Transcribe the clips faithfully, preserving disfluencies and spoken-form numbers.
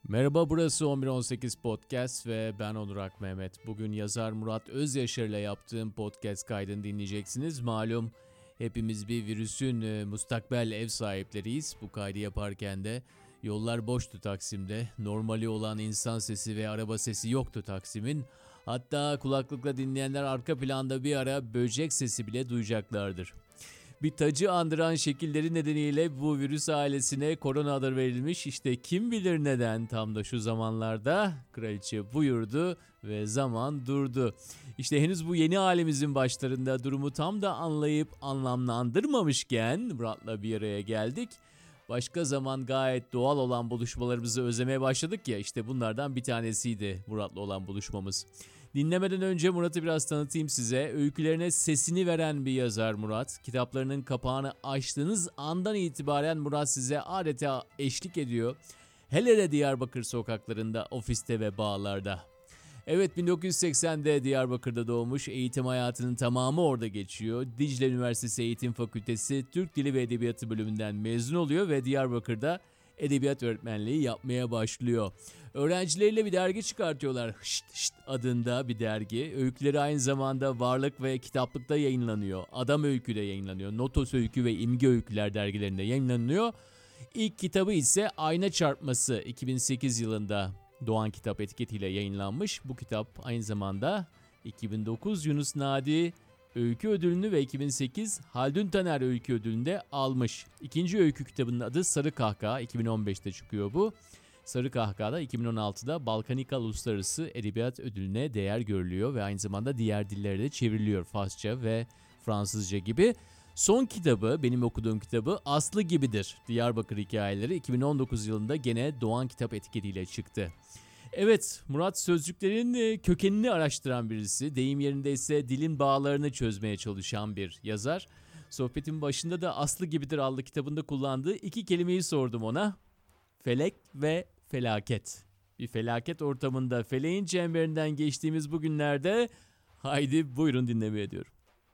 Merhaba, burası on bir on sekiz Podcast ve ben Onur Ak Mehmet. Bugün yazar Murat Özyaşar ile yaptığım podcast kaydını dinleyeceksiniz. Malum hepimiz bir virüsün e, mustakbel ev sahipleriyiz. Bu kaydı yaparken de yollar boştu Taksim'de. Normali olan insan sesi ve araba sesi yoktu Taksim'in. Hatta kulaklıkla dinleyenler arka planda bir ara böcek sesi bile duyacaklardır. Bir tacı andıran şekilleri nedeniyle bu virüs ailesine korona adı verilmiş. İşte kim bilir neden tam da şu zamanlarda kraliçe buyurdu ve zaman durdu. İşte henüz bu yeni halimizin başlarında durumu tam da anlayıp anlamlandırmamışken Murat'la bir araya geldik. Başka zaman gayet doğal olan buluşmalarımızı özlemeye başladık ya, işte bunlardan bir tanesiydi Murat'la olan buluşmamız. Dinlemeden önce Murat'ı biraz tanıtayım size. Öykülerine sesini veren bir yazar Murat. Kitaplarının kapağını açtığınız andan itibaren Murat size adeta eşlik ediyor. Hele de Diyarbakır sokaklarında, ofiste ve bağlarda. Evet, bin dokuz yüz seksende Diyarbakır'da doğmuş, eğitim hayatının tamamı orada geçiyor. Dicle Üniversitesi Eğitim Fakültesi Türk Dili ve Edebiyatı bölümünden mezun oluyor ve Diyarbakır'da edebiyat öğretmenliği yapmaya başlıyor. Öğrencileriyle bir dergi çıkartıyorlar. Hışt Hışt adında bir dergi. Öyküleri aynı zamanda Varlık ve Kitaplık'ta yayınlanıyor. Adam Öykü'de yayınlanıyor. Notos Öykü ve İmge Öyküler dergilerinde yayınlanıyor. İlk kitabı ise Ayna Çarpması, iki bin sekiz yılında Doğan Kitap etiketiyle yayınlanmış. Bu kitap aynı zamanda iki bin dokuz Yunus Nadi Öykü Ödülünü ve iki bin sekiz Haldun Taner Öykü Ödülünü de almış. İkinci öykü kitabının adı Sarı Kahkaha, iki bin on beşte çıkıyor bu. Sarı Kahkaha'da iki bin on altıda Balkanikal Uluslararası Edebiyat Ödülü'ne değer görülüyor ve aynı zamanda diğer dillere de çevriliyor, Farsça ve Fransızca gibi. Son kitabı, benim okuduğum kitabı Aslı Gibidir, Diyarbakır Hikayeleri, iki bin on dokuz yılında gene Doğan Kitap etiketiyle çıktı. Evet, Murat sözcüklerin kökenini araştıran birisi, deyim yerindeyse dilin bağlarını çözmeye çalışan bir yazar. Sohbetin başında da Aslı Gibidir adlı kitabında kullandığı iki kelimeyi sordum ona. Felek ve felaket. Bir felaket ortamında feleğin çemberinden geçtiğimiz bu günlerde haydi buyurun dinlemeye diyorum.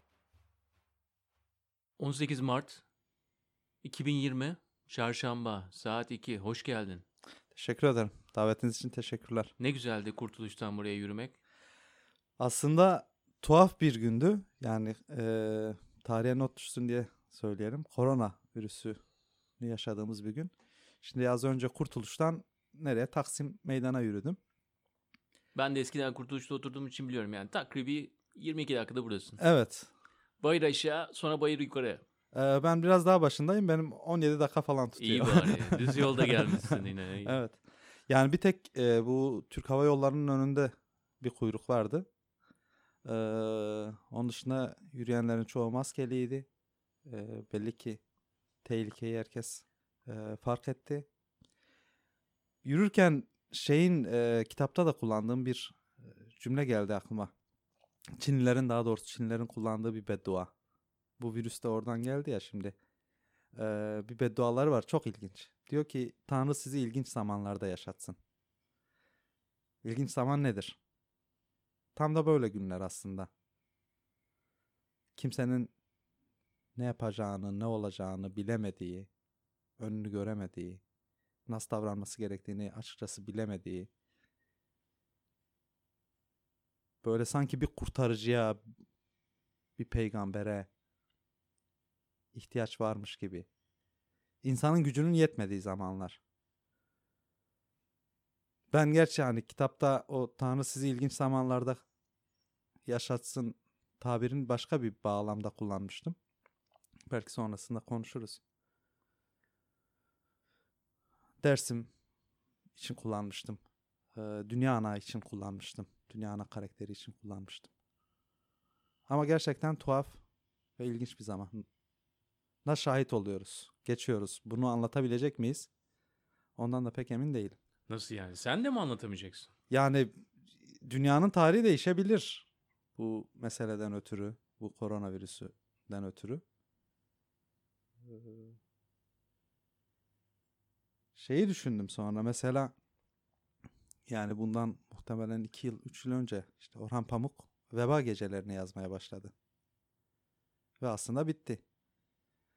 on sekiz Mart iki bin yirmi Çarşamba saat iki. Hoş geldin. Teşekkür ederim. Davetiniz için teşekkürler. Ne güzeldi Kurtuluş'tan buraya yürümek. Aslında tuhaf bir gündü. Yani e, tarihe not düşsün diye söyleyelim. Korona virüsü yaşadığımız bir gün. Şimdi az önce Kurtuluş'tan nereye? Taksim Meydan'a yürüdüm. Ben de eskiden Kurtuluş'ta oturduğum için biliyorum yani. Takribi yirmi iki dakikada buradasın. Evet. Bayır aşağı, sonra bayır yukarı. Ee, ben biraz daha başındayım. Benim on yedi dakika falan tutuyor. İyi bari. Düz yolda gelmişsin yine. Evet. Yani bir tek e, bu Türk Hava Yolları'nın önünde bir kuyruk vardı. Ee, onun dışında yürüyenlerin çoğu maskeliydi. Ee, belli ki tehlikeyi herkes e, fark etti. Yürürken şeyin e, kitapta da kullandığım bir e, cümle geldi aklıma. Çinlilerin, daha doğrusu Çinlilerin kullandığı bir beddua. Bu virüs de oradan geldi ya şimdi. Ee, bir bedduaları var, çok ilginç. Diyor ki Tanrı sizi ilginç zamanlarda yaşatsın. İlginç zaman nedir? Tam da böyle günler aslında. Kimsenin ne yapacağını, ne olacağını bilemediği, önünü göremediği, nasıl davranması gerektiğini açıkçası bilemediği, böyle sanki bir kurtarıcıya, bir peygambere ihtiyaç varmış gibi. İnsanın gücünün yetmediği zamanlar. Ben gerçi hani kitapta o Tanrı sizi ilginç zamanlarda yaşatsın tabirini başka bir bağlamda kullanmıştım. Belki sonrasında konuşuruz. Dersim için kullanmıştım. Ee, Dünya Ana için kullanmıştım. Dünya Ana karakteri için kullanmıştım. Ama gerçekten tuhaf ve ilginç bir zaman. Na şahit oluyoruz. Geçiyoruz. Bunu anlatabilecek miyiz? Ondan da pek emin değilim. Nasıl yani? Sen de mi anlatamayacaksın? Yani dünyanın tarihi değişebilir. Bu meseleden ötürü. Bu koronavirüsünden ötürü. Şeyi düşündüm sonra. Mesela yani bundan muhtemelen iki yıl, üç yıl önce işte Orhan Pamuk veba gecelerini yazmaya başladı. Ve aslında bitti.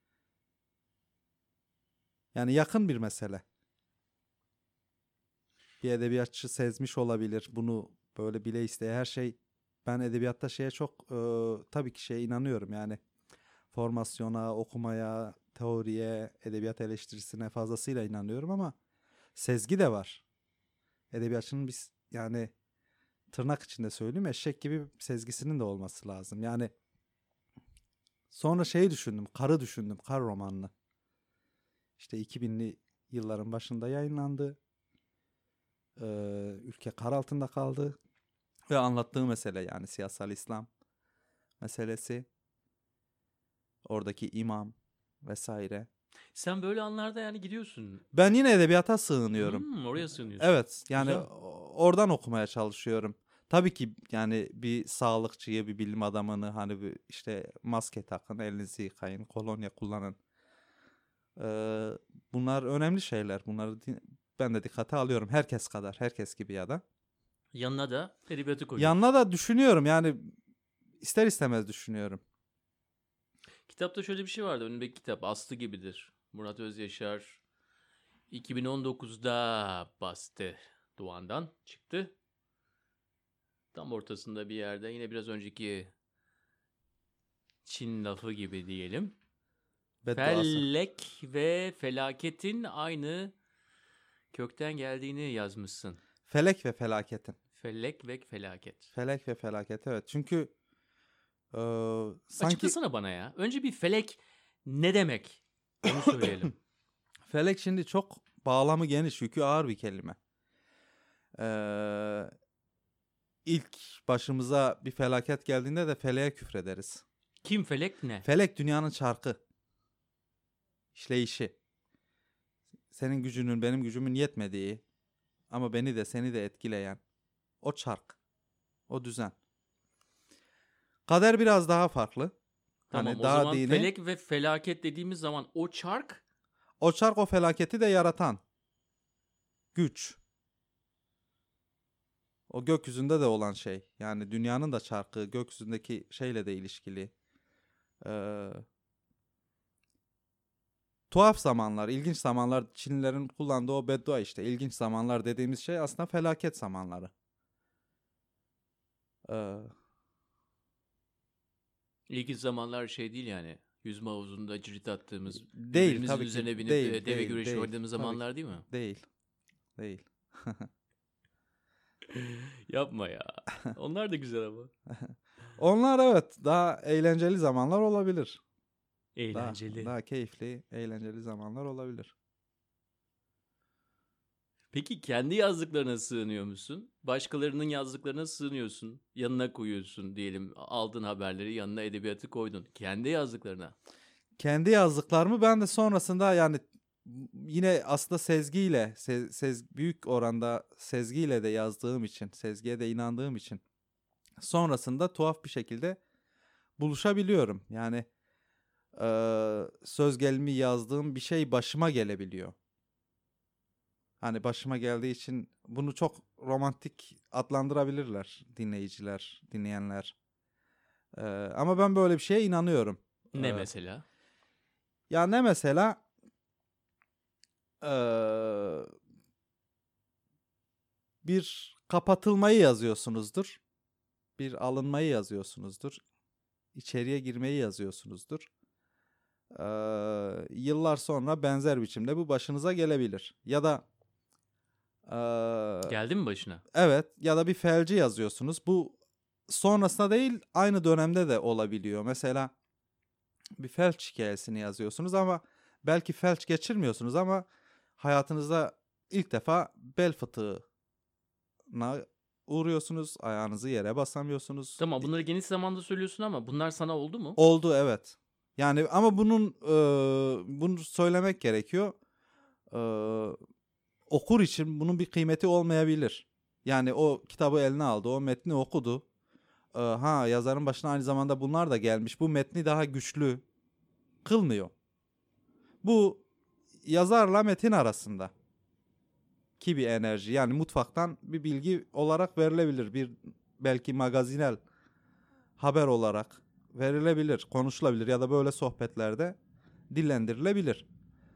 Yani yakın bir mesele. bir edebiyatçı sezmiş olabilir. Bunu böyle bile isteye her şey. Ben edebiyatta şeye çok e, tabii ki şeye inanıyorum yani. Formasyona, okumaya, teoriye, edebiyat eleştirisine fazlasıyla inanıyorum ama sezgi de var. Edebiyatçının biz yani tırnak içinde söyleyeyim eşek gibi sezgisinin de olması lazım. Yani sonra şeyi düşündüm, Kar'ı düşündüm, Kar romanını. İşte iki binli yılların başında yayınlandı. Ee, ülke kar altında kaldı. Ve anlattığı mesele yani siyasal İslam meselesi. Oradaki imam vesaire. Sen böyle anlarda yani gidiyorsun. Ben yine edebiyata sığınıyorum. Hmm, oraya sığınıyorsun. Evet yani Güzel. oradan okumaya çalışıyorum. Tabii ki yani bir sağlıkçıyı, bir bilim adamını hani bir işte maske takın, elinizi yıkayın, kolonya kullanın. Ee, bunlar önemli şeyler. Bunları ben de dikkate alıyorum. Herkes kadar, herkes gibi ya da. Yanına da edebiyatı koyuyorsun. Yanına da düşünüyorum yani ister istemez düşünüyorum. Kitapta şöyle bir şey vardı. Önümdeki kitap Aslı gibidir. Murat Özyaşar iki bin on dokuzda bastı. Doğan'dan çıktı. Tam ortasında bir yerde yine biraz önceki Çin lafı gibi diyelim. Bedduası. Fellek ve felaketin aynı kökten geldiğini yazmışsın. Felek ve felaketin. Fellek ve felaket. Felek ve felaket evet. Çünkü e, sanki Açıklasana bana ya. Önce bir felek ne demek? Onu söyleyelim. felek şimdi çok bağlamı geniş, yükü ağır bir kelime. Ee, ilk başımıza bir felaket geldiğinde de feleğe küfrederiz. Kim felek ne? Felek dünyanın çarkı. İşleyişi. Senin gücünün benim gücümün yetmediği ama beni de seni de etkileyen o çark. O düzen. Kader biraz daha farklı. Tamam hani o daha zaman dini. felek ve felaket dediğimiz zaman o çark O çark o felaketi de yaratan güç. O gökyüzünde de olan şey. Yani dünyanın da çarkı gökyüzündeki şeyle de ilişkili. Ee, tuhaf zamanlar, ilginç zamanlar Çinlilerin kullandığı o beddua işte. İlginç zamanlar dediğimiz şey aslında felaket zamanları. Ee, ilginç zamanlar şey değil yani. Yüzme havuzunda cirit attığımız, değil birbirimizin tabii ki. üzerine binip Değil, e, deve değil, güreşi değil. oynadığımız Tabii zamanlar ki. değil mi? Değil. Değil. Yapma ya. Onlar da güzel ama. Onlar evet daha eğlenceli zamanlar olabilir. Eğlenceli. Daha, daha keyifli, eğlenceli zamanlar olabilir. Peki kendi yazdıklarına sığınıyor musun? Başkalarının yazdıklarına sığınıyorsun. Yanına koyuyorsun diyelim. Aldığın haberleri yanına edebiyatı koydun. Kendi yazdıklarına. Kendi yazdıklarımı ben de sonrasında yani yine aslında sezgiyle, sez, sez, büyük oranda sezgiyle de yazdığım için, sezgiye de inandığım için sonrasında tuhaf bir şekilde buluşabiliyorum. Yani e, söz gelimi yazdığım bir şey başıma gelebiliyor. Hani başıma geldiği için bunu çok romantik adlandırabilirler dinleyiciler, dinleyenler. E, ama ben böyle bir şeye inanıyorum. Ne E, mesela? ya ne mesela? Ee, bir kapatılmayı yazıyorsunuzdur. Bir alınmayı yazıyorsunuzdur. İçeriye girmeyi yazıyorsunuzdur. Ee, yıllar sonra benzer biçimde bu başınıza gelebilir. Ya da ee, Geldi mi başına? evet ya da bir felci yazıyorsunuz. Bu sonrasında değil aynı dönemde de olabiliyor. Mesela bir felç hikayesini yazıyorsunuz ama belki felç geçirmiyorsunuz ama hayatınızda ilk defa bel fıtığına uğruyorsunuz. Ayağınızı yere basamıyorsunuz. Tamam bunları geniş zamanda söylüyorsun ama bunlar sana oldu mu? Oldu evet. Yani ama bunun e, bunu söylemek gerekiyor. E, okur için bunun bir kıymeti olmayabilir. Yani o kitabı eline aldı, o metni okudu. E, ha yazarın başına aynı zamanda bunlar da gelmiş. Bu metni daha güçlü kılmıyor. Bu yazarla metin arasında ki bir enerji yani mutfaktan bir bilgi olarak verilebilir. Bir belki magazinel haber olarak verilebilir, konuşulabilir ya da böyle sohbetlerde dillendirilebilir.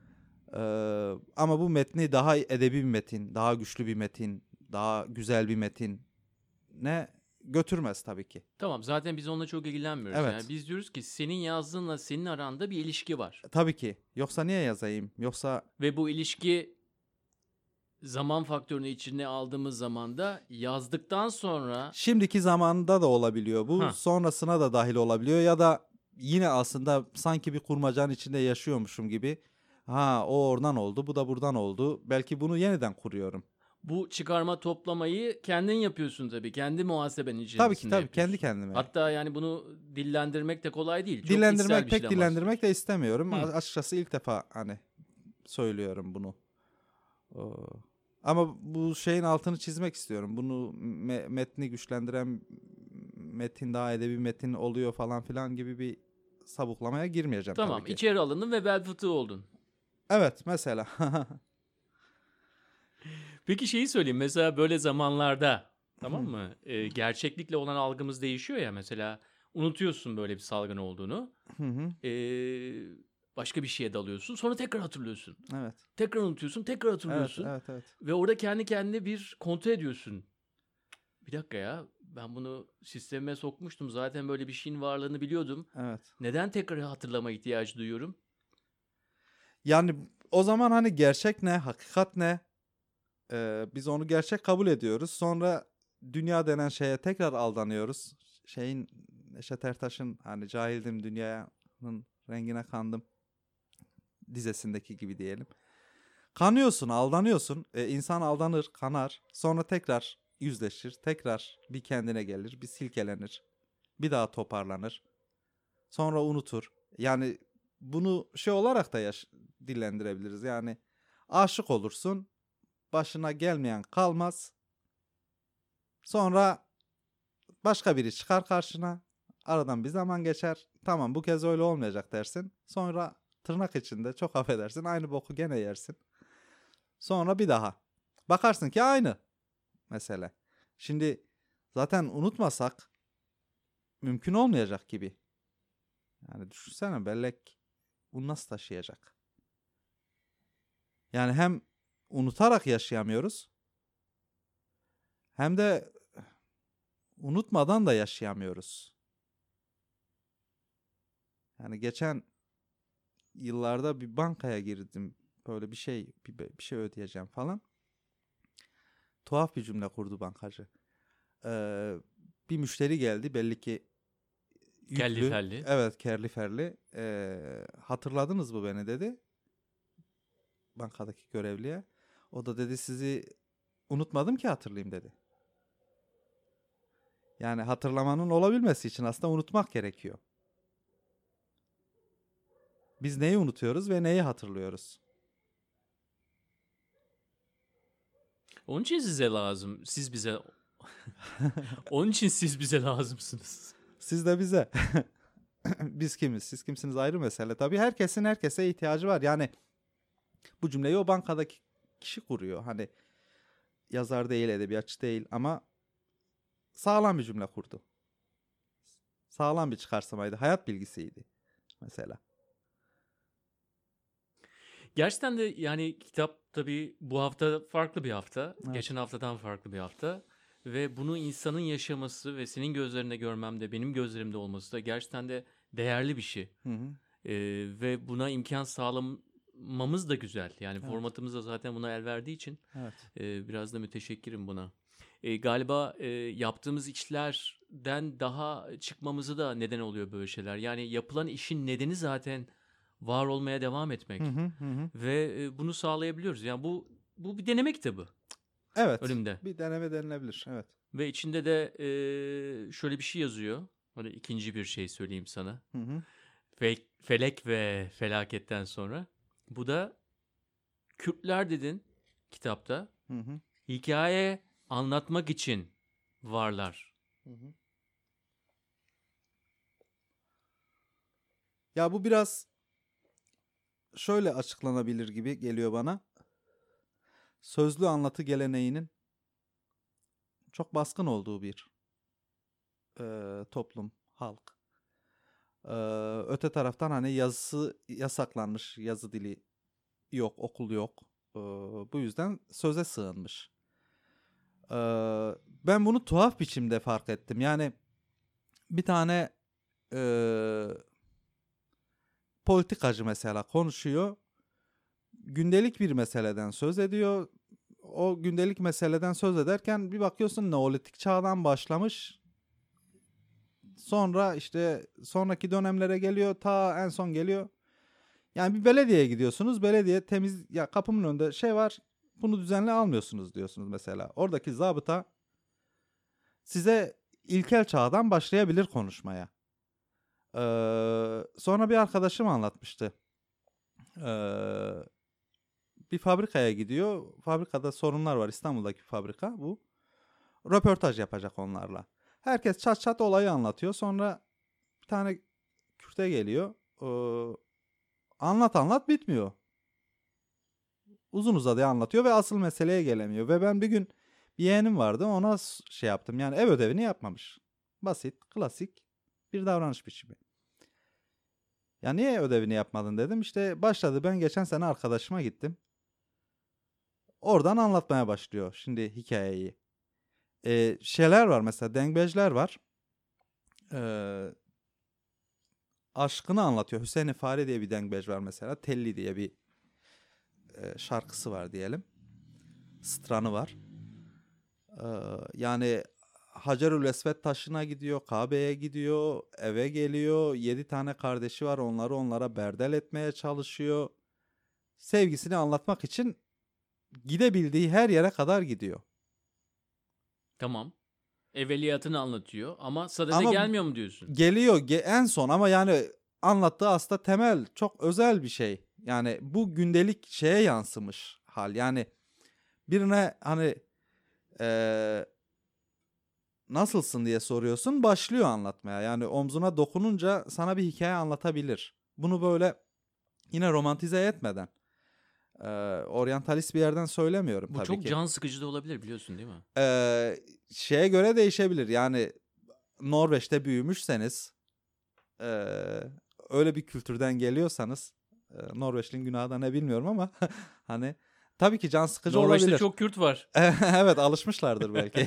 Ee, ama bu metni daha edebi bir metin, daha güçlü bir metin, daha güzel bir metin ne götürmez tabii ki. Tamam, zaten biz onunla çok ilgilenmiyoruz. Yani Evet. biz diyoruz ki senin yazdığınla senin aranda bir ilişki var. Tabii ki. Yoksa niye yazayım? Yoksa Ve bu ilişki zaman faktörünü içine aldığımız zaman da yazdıktan sonra şimdiki zamanda da olabiliyor bu. ha Sonrasına da dahil olabiliyor ya da yine aslında sanki bir kurmacanın içinde yaşıyormuşum gibi. Ha, o oradan oldu, bu da buradan oldu. Belki bunu yeniden kuruyorum. bu çıkarma toplamayı kendin yapıyorsun tabii. Kendi muhasebenin Tabii ki içerisinde tabii kendi yapıyorsun. kendime. Hatta yani bunu dillendirmek de kolay değil. Çok içsel dillendirmek bir pek şeyden dillendirmek de istemiyorum. Hı. A- Açıkçası ilk defa hani söylüyorum bunu. Oo. Ama bu şeyin altını çizmek istiyorum. Bunu me- metni güçlendiren metin daha edebi metin oluyor falan filan gibi bir sabuklamaya girmeyeceğim Tamam, tabii ki. içeri alındın ve bel fıtığı oldun. Evet mesela. Peki şeyi söyleyeyim. Mesela böyle zamanlarda tamam mı? Ee, gerçeklikle olan algımız değişiyor ya. Mesela unutuyorsun böyle bir salgın olduğunu. Hı hı. Ee, başka bir şeye dalıyorsun. Sonra tekrar hatırlıyorsun. Evet. Tekrar unutuyorsun. Tekrar Evet, hatırlıyorsun. evet, evet. Ve orada kendi kendine bir kontrol ediyorsun. Bir dakika ya. Ben bunu sistemime sokmuştum. Zaten böyle bir şeyin varlığını biliyordum. Evet. Neden tekrar hatırlama ihtiyacı duyuyorum? Yani o zaman hani gerçek ne, hakikat ne? Ee, biz onu gerçek kabul ediyoruz. Sonra dünya denen şeye tekrar aldanıyoruz. Şeyin Neşet Ertaş'ın hani cahildim dünyanın rengine kandım dizesindeki gibi diyelim. Kanıyorsun, aldanıyorsun. Ee, insan aldanır, kanar. Sonra tekrar yüzleşir. Tekrar bir kendine gelir, bir silkelenir. Bir daha toparlanır. Sonra unutur. Yani bunu şey olarak da yaş- dillendirebiliriz. Yani aşık olursun. Başına gelmeyen kalmaz. Sonra başka biri çıkar karşına. Aradan bir zaman geçer. Tamam, bu kez öyle olmayacak dersin. Sonra tırnak içinde çok affedersin aynı boku gene yersin. Sonra bir daha. Bakarsın ki aynı mesele. Şimdi zaten unutmasak mümkün olmayacak gibi. Yani düşünsene, bellek bunu nasıl taşıyacak? Yani hem unutarak yaşayamıyoruz hem de unutmadan da yaşayamıyoruz. Yani geçen yıllarda bir bankaya girdim. Böyle bir şey bir, bir şey ödeyeceğim falan. Tuhaf bir cümle kurdu bankacı. Ee, bir müşteri geldi, belli ki Kelli yüklü. felli. Evet, kerli ferli. Ee, hatırladınız mı beni dedi. Bankadaki görevliye. O da dedi sizi unutmadım ki hatırlayayım dedi. Yani hatırlamanın olabilmesi için aslında unutmak gerekiyor. Biz neyi unutuyoruz ve neyi hatırlıyoruz? Onun için size lazım. Siz bize... Onun için siz bize lazımsınız. Siz de bize. Biz kimiz? Siz kimsiniz ayrı mesele. Tabii herkesin herkese ihtiyacı var. Yani bu cümleyi o bankadaki kişi kuruyor. Hani yazar değil, edebiyatçı değil ama sağlam bir cümle kurdu. Sağlam bir çıkarsamaydı. Hayat bilgisiydi mesela. Gerçekten de yani kitap tabii bu hafta farklı bir hafta. Evet. Geçen haftadan farklı bir hafta. Ve bunu insanın yaşaması ve senin gözlerinde görmem de benim gözlerimde olması da gerçekten de değerli bir şey. Hı hı. Ee, ve buna imkan sağlamamız da güzel. Yani Evet. formatımız da zaten buna el verdiği için Evet. e, biraz da müteşekkirim buna. E, galiba e, yaptığımız işlerden daha çıkmamızı da neden oluyor böyle şeyler. Yani yapılan işin nedeni zaten var olmaya devam etmek. Hı hı hı hı. Ve e, bunu sağlayabiliyoruz. Yani bu bu bir deneme kitabı Evet. önümde. Bir deneme denilebilir. Evet. Ve içinde de e, şöyle bir şey yazıyor. Hani ikinci bir şey söyleyeyim sana. Hı hı. Fe- felek ve felaketten sonra. Bu da Kürtler dedin kitapta. Hı hı. Hikaye anlatmak için varlar. Hı hı. Ya bu biraz şöyle açıklanabilir gibi geliyor bana. Sözlü anlatı geleneğinin çok baskın olduğu bir e, toplum, halk. E, öte taraftan hani yazısı yasaklanmış, yazı dili yok, okul yok. Ee, bu yüzden söze sığınmış. Ee, ben bunu tuhaf biçimde fark ettim. Yani bir tane e, politikacı mesela konuşuyor. Gündelik bir meseleden söz ediyor. O gündelik meseleden söz ederken bir bakıyorsun Neolitik çağdan başlamış. Sonra işte sonraki dönemlere geliyor. Ta en son geliyor. Yani bir belediyeye gidiyorsunuz. Belediye temiz, ya kapımın önünde şey var. Bunu düzenli almıyorsunuz diyorsunuz mesela. Oradaki zabıta size ilkel çağdan başlayabilir konuşmaya. Ee, sonra bir arkadaşım anlatmıştı. Ee, bir fabrikaya gidiyor. Fabrikada sorunlar var. İstanbul'daki fabrika bu. Röportaj yapacak onlarla. Herkes çat çat olayı anlatıyor. Sonra bir tane Kürt'e geliyor. Ee, anlat anlat bitmiyor. Uzun uzadıya anlatıyor ve asıl meseleye gelemiyor. Ve ben bir gün bir yeğenim vardı, ona şey yaptım. Yani ev ödevini yapmamış. Basit, klasik bir davranış biçimi. Ya niye ödevini yapmadın dedim. İşte başladı, ben geçen sene arkadaşıma gittim. Oradan anlatmaya başlıyor şimdi hikayeyi. Ee, şeyler var mesela, dengbejler var. Ee, aşkını anlatıyor. Hüseyin Fare diye bir dengbej var mesela. Telli diye bir e, şarkısı var diyelim. Stranı var. Ee, yani Hacerül Esved taşına gidiyor, Kabe'ye gidiyor, eve geliyor. Yedi tane kardeşi var, onları onlara berdel etmeye çalışıyor. Sevgisini anlatmak için gidebildiği her yere kadar gidiyor. Tamam. Evveliyatını anlatıyor ama sadede Ama gelmiyor mu diyorsun? Geliyor ge- en son ama yani anlattığı aslında temel, çok özel bir şey. Yani bu gündelik şeye yansımış hal. Yani birine hani eee, nasılsın diye soruyorsun, başlıyor anlatmaya. Yani omzuna dokununca sana bir hikaye anlatabilir. Bunu böyle yine romantize etmeden, eee oryantalist bir yerden söylemiyorum Bu tabii çok ki. can sıkıcı da olabilir, biliyorsun değil mi? Eee, şeye göre değişebilir. Yani Norveç'te büyümüşseniz, eee, öyle bir kültürden geliyorsanız, eee, Norveçli'nin günahı da ne bilmiyorum ama hani tabii ki can sıkıcı Norveç'te olabilir. çok Kürt var. Evet, alışmışlardır belki.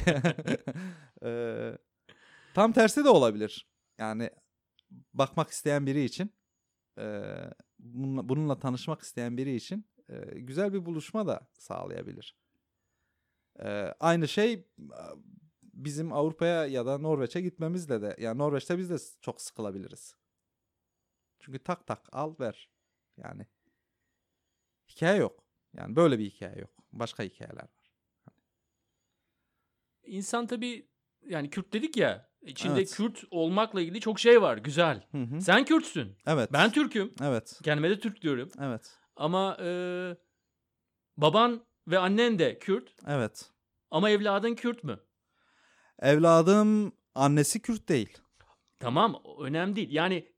Eee, tam tersi de olabilir. Yani bakmak isteyen biri için, eee, bununla, bununla tanışmak isteyen biri için eee, güzel bir buluşma da sağlayabilir. Eee, aynı şey bizim Avrupa'ya ya da Norveç'e gitmemizle de, yani Norveç'te biz de çok sıkılabiliriz. Çünkü tak tak al ver. Yani hikaye yok. Yani böyle bir hikaye yok. Başka hikayeler var. İnsan tabii, yani Kürt dedik ya, içinde Evet. Kürt olmakla ilgili çok şey var. Güzel. Hı hı. Sen Kürtsün. Evet. Ben Türk'üm. Evet. Kendime de Türk diyorum. Evet. Ama e, baban ve annen de Kürt. Evet. Ama evladın Kürt mü? Evladım annesi Kürt değil. Tamam, önemli değil. Yani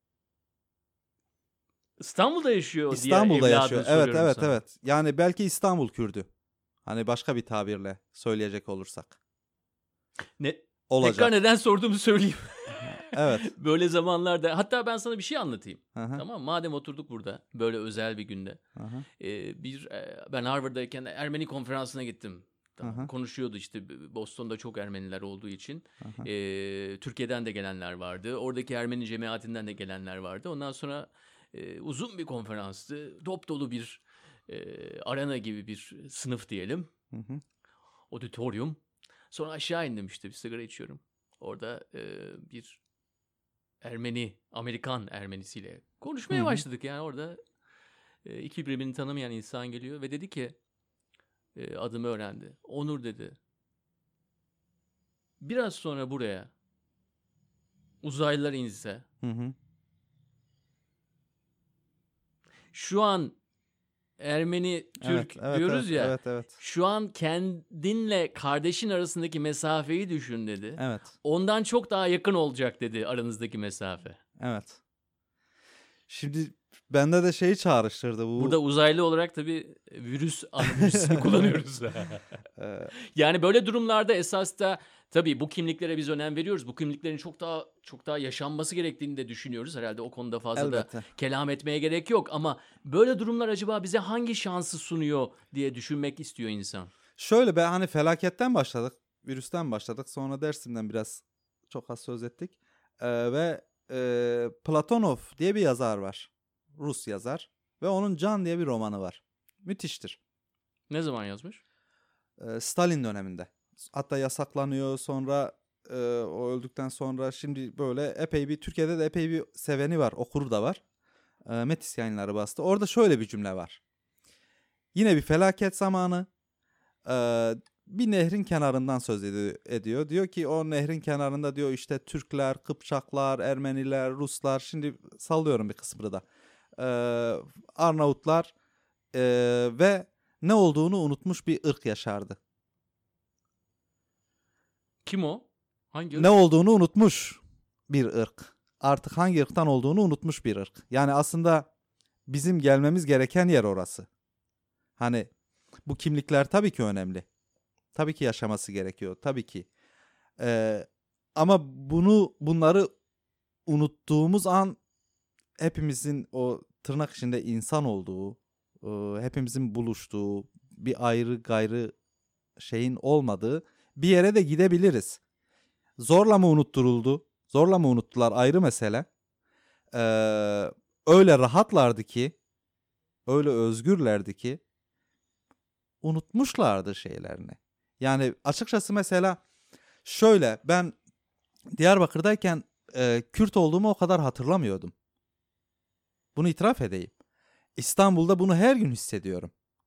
İstanbul'da yaşıyor İstanbul'da diye yaşıyor. evladını Evet, soruyorum evet, sana. evet. Yani belki İstanbul Kürdü. Hani başka bir tabirle söyleyecek olursak. Ne? Olacak. Tekrar neden sorduğumu söyleyeyim. Evet. Böyle zamanlarda, hatta ben sana bir şey anlatayım. Hı-hı. Tamam, madem oturduk burada böyle özel bir günde. Hı-hı. Ee, bir e, ben Harvard'dayken Ermeni konferansına gittim. Tamam, Hı-hı. konuşuyordu işte, Boston'da çok Ermeniler olduğu için. Hı-hı. Ee, Türkiye'den de gelenler vardı. Oradaki Ermeni cemaatinden de gelenler vardı. Ondan sonra e, uzun bir konferanstı. Dop dolu bir e, arena gibi bir sınıf diyelim. Hı-hı. Auditorium. Sonra aşağı indim, işte bir sigara içiyorum. Orada e, bir Ermeni, Amerikan Ermenisiyle konuşmaya Hı-hı. başladık. Yani orada e, iki birbirini tanımayan insan geliyor ve dedi ki, e, adımı öğrendi. Onur dedi. Biraz sonra buraya uzaylılar inse, Hı-hı. şu an Ermeni, Türk Evet, evet, diyoruz evet, ya. evet, evet. Şu an kendinle kardeşin arasındaki mesafeyi düşün dedi. Evet. Ondan çok daha yakın olacak dedi aranızdaki mesafe. Evet. Şimdi bende de şeyi çağrıştırdı bu. Burada uzaylı olarak tabii virüs analizini kullanıyoruz. Ee, Yani böyle durumlarda esas da Tabii bu kimliklere biz önem veriyoruz. Bu kimliklerin çok daha çok daha yaşanması gerektiğini de düşünüyoruz. Herhalde o konuda fazla da Elbette. kelam etmeye gerek yok ama böyle durumlar acaba bize hangi şansı sunuyor diye düşünmek istiyor insan. Şöyle be hani felaketten başladık. Virüsten başladık. Sonra Dersim'den biraz çok az söz ettik. Ee, ve e, Platonov diye bir yazar var. Rus yazar. Ve onun Can diye bir romanı var. Müthiştir. Ne zaman yazmış? Ee, Stalin döneminde. Hatta yasaklanıyor, sonra e, o öldükten sonra şimdi böyle epey bir, Türkiye'de de epey bir seveni var, okuru da var. E, Metis Yayınları bastı. Orada şöyle bir cümle var. Yine bir felaket zamanı. E, bir nehrin kenarından söz ediyor. Diyor ki o nehrin kenarında diyor işte Türkler, Kıpçaklar, Ermeniler, Ruslar, şimdi sallıyorum bir kısmını da. E, Arnavutlar e, ve ne olduğunu unutmuş bir ırk yaşardı. Kim o? Hangi Ne ırk? olduğunu unutmuş bir ırk. Artık hangi ırktan olduğunu unutmuş bir ırk. Yani aslında bizim gelmemiz gereken yer orası. Hani bu kimlikler tabii ki önemli. Tabii ki yaşaması gerekiyor. Tabii ki. Ee, ama bunu bunları unuttuğumuz an hepimizin o tırnak içinde insan olduğu, e, hepimizin buluştuğu, bir ayrı gayrı şeyin olmadığı bir yere de gidebiliriz. Zorla mı unutturuldu? Zorla mı unuttular? Ayrı mesele. Ee, öyle rahatlardı ki, öyle özgürlerdi ki unutmuşlardı şeylerini. Yani açıkçası mesela şöyle, ben Diyarbakır'dayken e, Kürt olduğumu o kadar hatırlamıyordum. Bunu itiraf edeyim. İstanbul'da bunu her gün hissediyorum.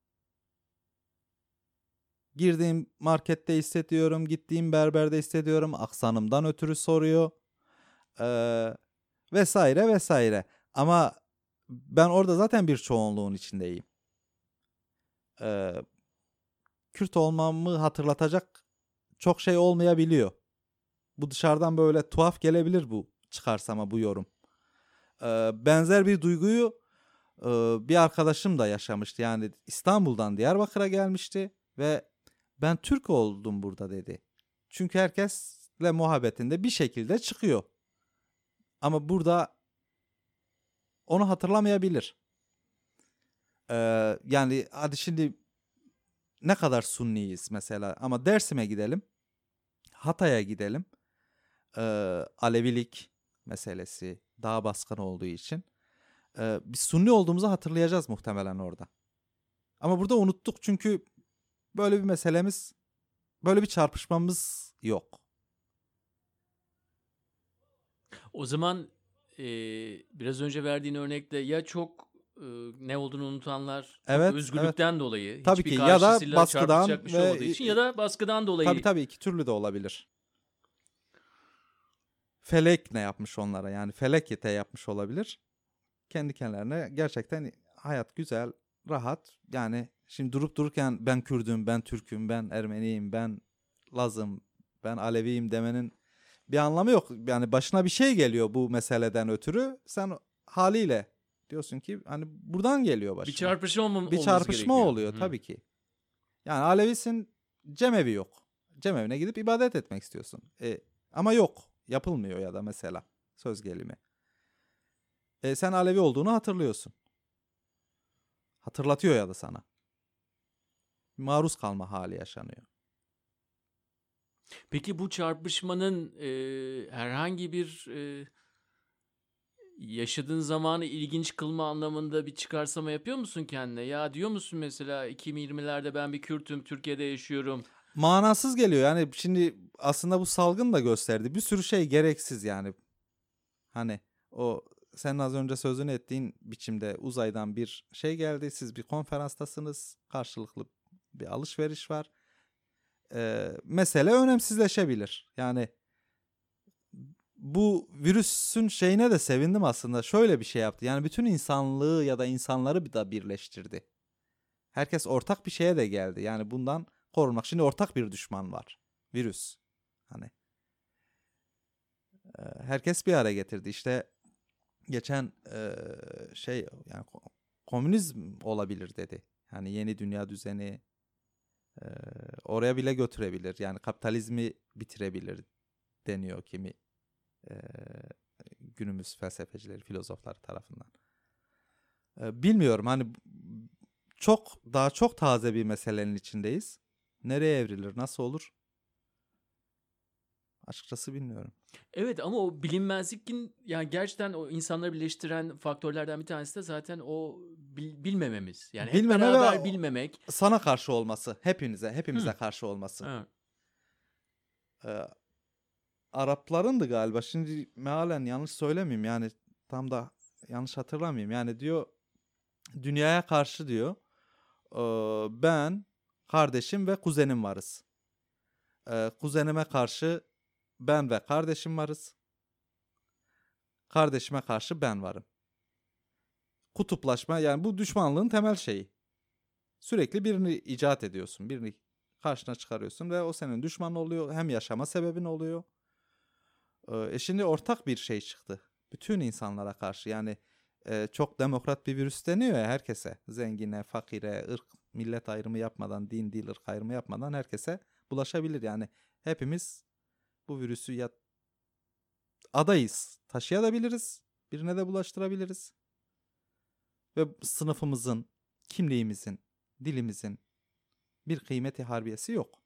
Girdiğim markette hissediyorum, gittiğim berberde hissediyorum, aksanımdan ötürü soruyor. Ee, vesaire vesaire. Ama ben orada zaten bir çoğunluğun içindeyim. Ee, Kürt olmamı hatırlatacak çok şey olmayabiliyor. Bu dışarıdan böyle tuhaf gelebilir bu çıkarsama bu yorum. Ee, benzer bir duyguyu e, bir arkadaşım da yaşamıştı. Yani İstanbul'dan Diyarbakır'a gelmişti ve ben Türk oldum burada dedi. Çünkü herkesle muhabbetinde bir şekilde çıkıyor. Ama burada onu hatırlamayabilir. Ee, yani hadi şimdi ne kadar Sunniyiz mesela, ama Dersim'e gidelim, Hatay'a gidelim. Ee, Alevilik meselesi daha baskın olduğu için ee, biz Sunni olduğumuzu hatırlayacağız muhtemelen orada. Ama burada unuttuk çünkü böyle bir meselemiz, böyle bir çarpışmamız yok. O zaman e, biraz önce verdiğin örnekte ya çok e, ne olduğunu unutanlar çok Evet, özgürlükten evet. dolayı Tabii hiçbir ki, ya da karşısıyla çarpışacak baskıdan bir şey ve olmadığı için ya da baskıdan dolayı. tabii tabii iki türlü de olabilir. Felek ne yapmış onlara, yani felakete yapmış olabilir. Kendi kendilerine gerçekten hayat güzel, rahat. Yani şimdi durup dururken ben Kürdüm, ben Türk'üm, ben Ermeniyim, ben Lazım, ben Aleviyim demenin bir anlamı yok. Yani başına bir şey geliyor bu meseleden ötürü. Sen haliyle diyorsun ki hani buradan geliyor başına. Bir çarpışma olmam- Bir olması çarpışma gerekiyor. oluyor Hı. tabii ki. Yani Alevisin, cemevi yok. Cemevine gidip ibadet etmek istiyorsun. E, ama yok. Yapılmıyor ya da mesela söz gelimi. E, sen Alevi olduğunu hatırlıyorsun. Hatırlatıyor ya da sana. Maruz kalma hali yaşanıyor. Peki bu çarpışmanın e, herhangi bir e, yaşadığın zamanı ilginç kılma anlamında bir çıkarsama yapıyor musun kendine? Ya diyor musun mesela iki bin yirmilerde ben bir Kürt'üm, Türkiye'de yaşıyorum. Manasız geliyor. Yani şimdi aslında bu salgın da gösterdi. Bir sürü şey gereksiz yani. Hani o senin az önce sözünü ettiğin biçimde uzaydan bir şey geldi. Siz bir konferanstasınız. Karşılıklı bir alışveriş var. Ee, mesele önemsizleşebilir. Yani bu virüsün şeyine de sevindim aslında. Şöyle bir şey yaptı. Yani bütün insanlığı ya da insanları bir da birleştirdi. Herkes ortak bir şeye de geldi. Yani bundan korunmak. Şimdi ortak bir düşman var. Virüs. Hani e, herkes bir araya getirdi. İşte geçen e, şey yani komünizm olabilir dedi. Yani yeni dünya düzeni, e, oraya bile götürebilir. Yani kapitalizmi bitirebilir deniyor kimi e, günümüz felsefecileri, filozoflar tarafından. E, bilmiyorum hani çok daha çok taze bir meselenin içindeyiz. Nereye evrilir, nasıl olur? Açıkçası bilmiyorum. Evet ama o bilinmezlikin yani gerçekten o insanları birleştiren faktörlerden bir tanesi de zaten o bil- bilmememiz. Yani hep Bilmeme beraber ve bilmemek. sana karşı olması, hepinize, hepimize Hı. karşı olması. Evet. Ee, Araplarındı galiba. Şimdi mealen yanlış söylemeyeyim yani tam da yanlış hatırlamayayım. Yani diyor dünyaya karşı diyor ee, ben, kardeşim ve kuzenim varız. Ee, kuzenime karşı ben ve kardeşim varız. Kardeşime karşı ben varım. Kutuplaşma yani bu düşmanlığın temel şeyi. Sürekli birini icat ediyorsun. Birini karşına çıkarıyorsun ve o senin düşmanın oluyor. Hem yaşama sebebin oluyor. E şimdi ortak bir şey çıktı. Bütün insanlara karşı yani e, çok demokrat bir virüs deniyor ya herkese. Zengine, fakire, ırk, millet ayrımı yapmadan, din, dil, ırk ayrımı yapmadan herkese bulaşabilir. Yani hepimiz bu virüsü ya adayız. Taşıyabiliriz. Birine de bulaştırabiliriz. Ve sınıfımızın, kimliğimizin, dilimizin bir kıymeti harbiyesi yok.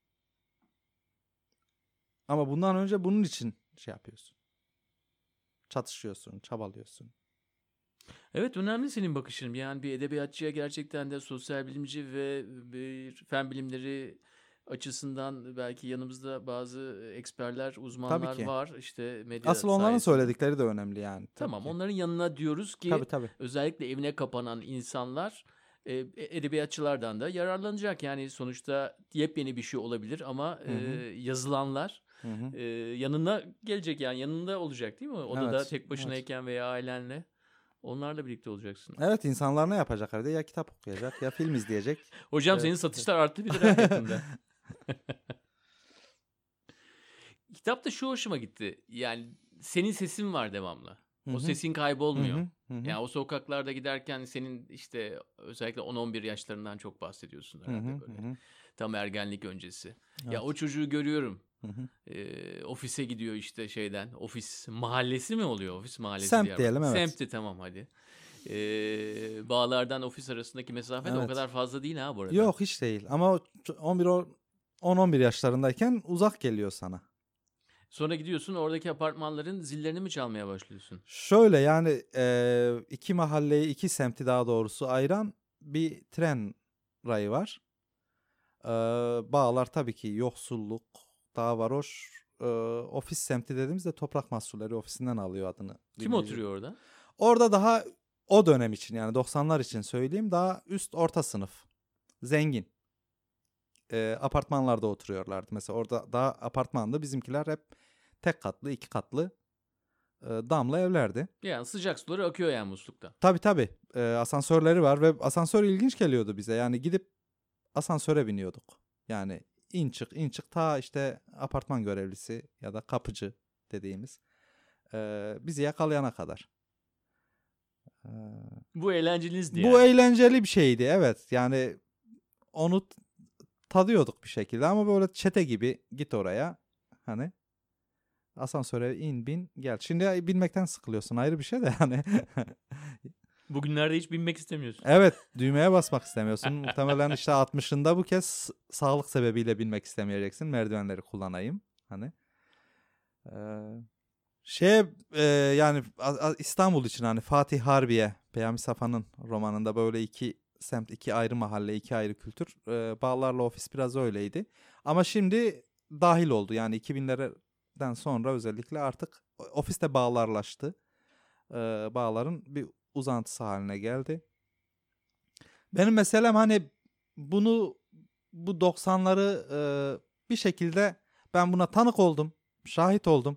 Ama bundan önce bunun için şey yapıyorsun. Çatışıyorsun, çabalıyorsun. Evet önemli senin bakışın. Yani bir edebiyatçıya gerçekten de sosyal bilimci ve bir fen bilimleri açısından belki yanımızda bazı eksperler, Tabii uzmanlar ki. var. İşte medya Asıl onların sayesinde. söyledikleri de önemli yani. Tabii Tamam ki. onların yanına diyoruz Tabii ki tabii. özellikle evine kapanan insanlar e, edebiyatçılardan da yararlanacak. Yani sonuçta yepyeni bir şey olabilir ama e, Hı hı. yazılanlar Hı hı. e, yanına gelecek yani yanında olacak değil mi? Odada Evet. tek Evet. başınayken veya ailenle onlarla birlikte olacaksın. Evet insanlar ne yapacak evde? Ya kitap okuyacak ya film izleyecek. Hocam Evet. senin satışlar artabilir ha yakında. Kitapta şu hoşuma gitti. Yani senin sesin var devamlı. Hı O hı. sesin Hı kaybolmuyor. hı. Hı hı. Yani o sokaklarda giderken senin işte özellikle on on bir yaşlarından çok bahsediyorsun Hı hı. herhalde Hı böyle. hı. Tam ergenlik öncesi. Ya o Evet. çocuğu görüyorum. Hı hı. Ee, ofise gidiyor işte şeyden. Ofis mahallesi mi oluyor? Ofis mahallesi Semt Diyarbakır. diyelim evet. Semti tamam hadi. Ee, bağlardan ofis arasındaki mesafe de o Evet. kadar fazla değil ha bu arada. Yok hiç değil ama on bir on on bir yaşlarındayken uzak geliyor sana. Sonra gidiyorsun oradaki apartmanların zillerini mi çalmaya başlıyorsun? Şöyle yani e, iki mahalleyi iki semti daha doğrusu ayıran bir tren rayı var. E, Bağlar tabii ki yoksulluk, daha varoş. E, ofis semti dediğimizde Toprak Mahsulleri ofisinden alıyor adını Kim dinleyici. oturuyor orada? Orada daha o dönem için yani doksanlar için söyleyeyim daha üst orta sınıf, zengin e, apartmanlarda oturuyorlardı. Mesela orada daha apartmanda bizimkiler hep tek katlı, iki katlı e, damla evlerdi. Yani sıcak suları akıyor yani muslukta. Tabii tabii. Ee, asansörleri var ve asansör ilginç geliyordu bize. Yani gidip asansöre biniyorduk. Yani in çık in çık ta işte apartman görevlisi ya da kapıcı dediğimiz ee, bizi yakalayana kadar. Ee, Bu eğlenceliydi Bu yani. eğlenceli bir şeydi evet. Yani onu t- tadıyorduk bir şekilde ama böyle çete gibi git oraya hani asansöre in bin gel. Şimdi binmekten sıkılıyorsun ayrı bir şey de yani. Bugünlerde hiç binmek istemiyorsun. Evet, düğmeye basmak istemiyorsun. Muhtemelen işte altmışında bu kez sağlık sebebiyle binmek istemeyeceksin. Merdivenleri kullanayım. Hani eee şey eee, yani a- a- İstanbul için hani Fatih Harbiye, Peyami Safa'nın romanında böyle iki semt, iki ayrı mahalle, iki ayrı kültür. Eee, Bağlar'la ofis biraz öyleydi. Ama şimdi dahil oldu. Yani iki binlerden sonra özellikle artık ofis de bağlarlaştı. Eee Bağlar'ın bir uzantısı haline geldi. Benim meselem hani bunu bu doksanları e, bir şekilde ben buna tanık oldum, şahit oldum.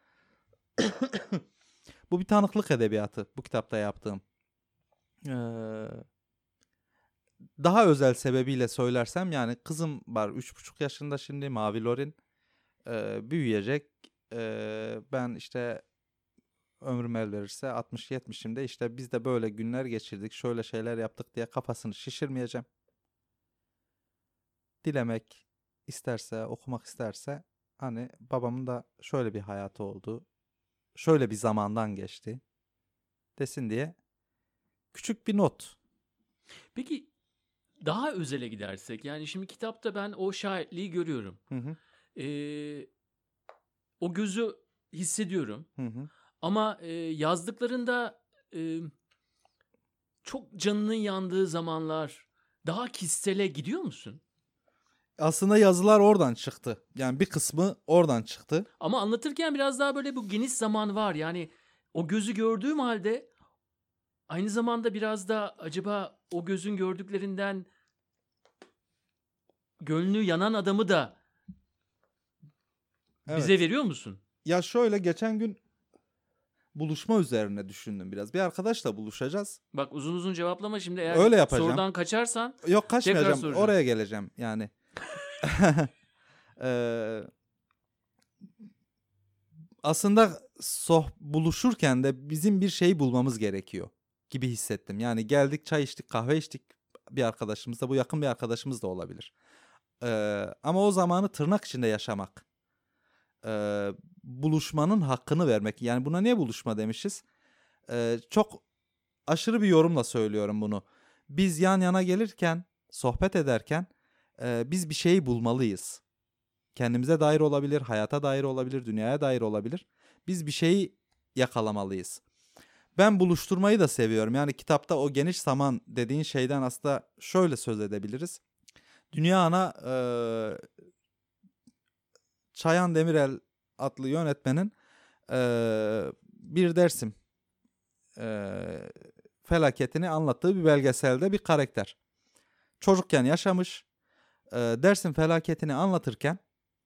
Bu bir tanıklık edebiyatı bu kitapta yaptığım. Ee, Daha özel sebebiyle söylersem yani kızım var üç buçuk yaşında şimdi Mavi Lorin Ee, büyüyecek. Ee, ben işte ömrüm el verirse altmış yetmişimde işte biz de böyle günler geçirdik şöyle şeyler yaptık diye kafasını şişirmeyeceğim. Dilemek isterse, okumak isterse hani babamın da şöyle bir hayatı oldu. Şöyle bir zamandan geçti desin diye küçük bir not. Peki daha özele gidersek, yani şimdi kitapta ben o şahitliği görüyorum. Hı hı. Ee, o gözü hissediyorum. Hı hı. Ama e, yazdıklarında e, çok canının yandığı zamanlar, daha kişisele gidiyor musun? Aslında yazılar oradan çıktı. Yani bir kısmı oradan çıktı. Ama anlatırken biraz daha böyle bu geniş zaman var. Yani o gözü gördüğüm halde aynı zamanda biraz da acaba o gözün gördüklerinden gönlü yanan adamı da Evet. bize veriyor musun? Ya şöyle geçen gün buluşma üzerine düşündüm biraz. Bir arkadaşla buluşacağız. Bak uzun uzun cevaplama şimdi, eğer Öyle yapacağım. sorudan kaçarsan Yok, tekrar kaçmayacağım. soracağım. Oraya geleceğim yani. Ee, aslında soh buluşurken de bizim bir şey bulmamız gerekiyor gibi hissettim. Yani geldik, çay içtik, kahve içtik bir arkadaşımızla. Bu yakın bir arkadaşımız da olabilir. Ee, ama o zamanı tırnak içinde yaşamak. Ee, buluşmanın hakkını vermek. Yani buna niye buluşma demişiz? Ee, çok aşırı bir yorumla söylüyorum bunu. Biz yan yana gelirken, sohbet ederken e, biz bir şeyi bulmalıyız. Kendimize dair olabilir, hayata dair olabilir, dünyaya dair olabilir. Biz bir şeyi yakalamalıyız. Ben buluşturmayı da seviyorum. Yani kitapta o geniş zaman dediğin şeyden aslında şöyle söz edebiliriz. Dünya Ana e, Çayan Demirel adlı yönetmenin e, bir Dersim e, felaketini anlattığı bir belgeselde bir karakter. Çocukken yaşamış, e, Dersim felaketini anlatırken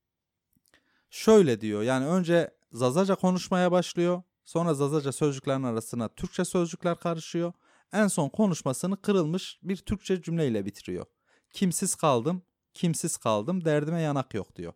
şöyle diyor. Yani önce Zazaca konuşmaya başlıyor. Sonra Zazaca sözcüklerin arasına Türkçe sözcükler karışıyor. En son konuşmasını kırılmış bir Türkçe cümleyle bitiriyor. Kimsiz kaldım, kimsiz kaldım, derdime yanak yok diyor.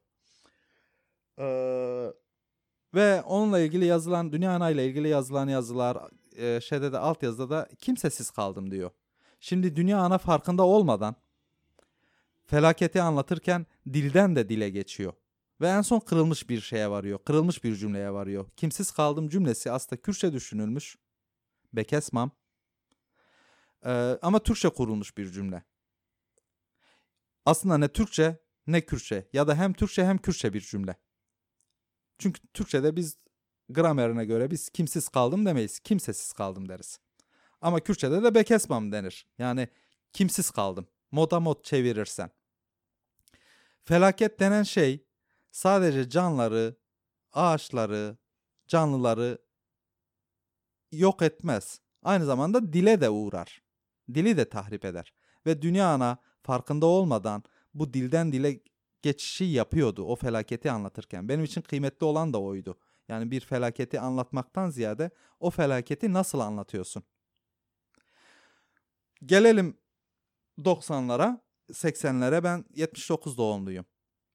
Ee, ve onunla ilgili yazılan, Dünya Ana ile ilgili yazılan yazılar, e, şeyde de altyazıda da kimsesiz kaldım diyor. Şimdi Dünya Ana farkında olmadan felaketi anlatırken dilden de dile geçiyor. Ve en son kırılmış bir şeye varıyor. Kırılmış bir cümleye varıyor. Kimsiz kaldım cümlesi aslında Kürtçe düşünülmüş. Bekesmam. Ee, ama Türkçe kurulmuş bir cümle. Aslında ne Türkçe ne Kürtçe, ya da hem Türkçe hem Kürtçe bir cümle. Çünkü Türkçe'de biz gramerine göre biz kimsiz kaldım demeyiz. Kimsesiz kaldım deriz. Ama Kürtçe'de de bekesmam denir. Yani kimsiz kaldım. Moda mod çevirirsen. Felaket denen şey sadece canları, ağaçları, canlıları yok etmez. Aynı zamanda dile de uğrar. Dili de tahrip eder. Ve Dünya Ana farkında olmadan bu dilden dile geçişi yapıyordu o felaketi anlatırken. Benim için kıymetli olan da oydu. Yani bir felaketi anlatmaktan ziyade o felaketi nasıl anlatıyorsun? Gelelim doksanlara, seksenlere. Ben yetmiş dokuz doğumluyum.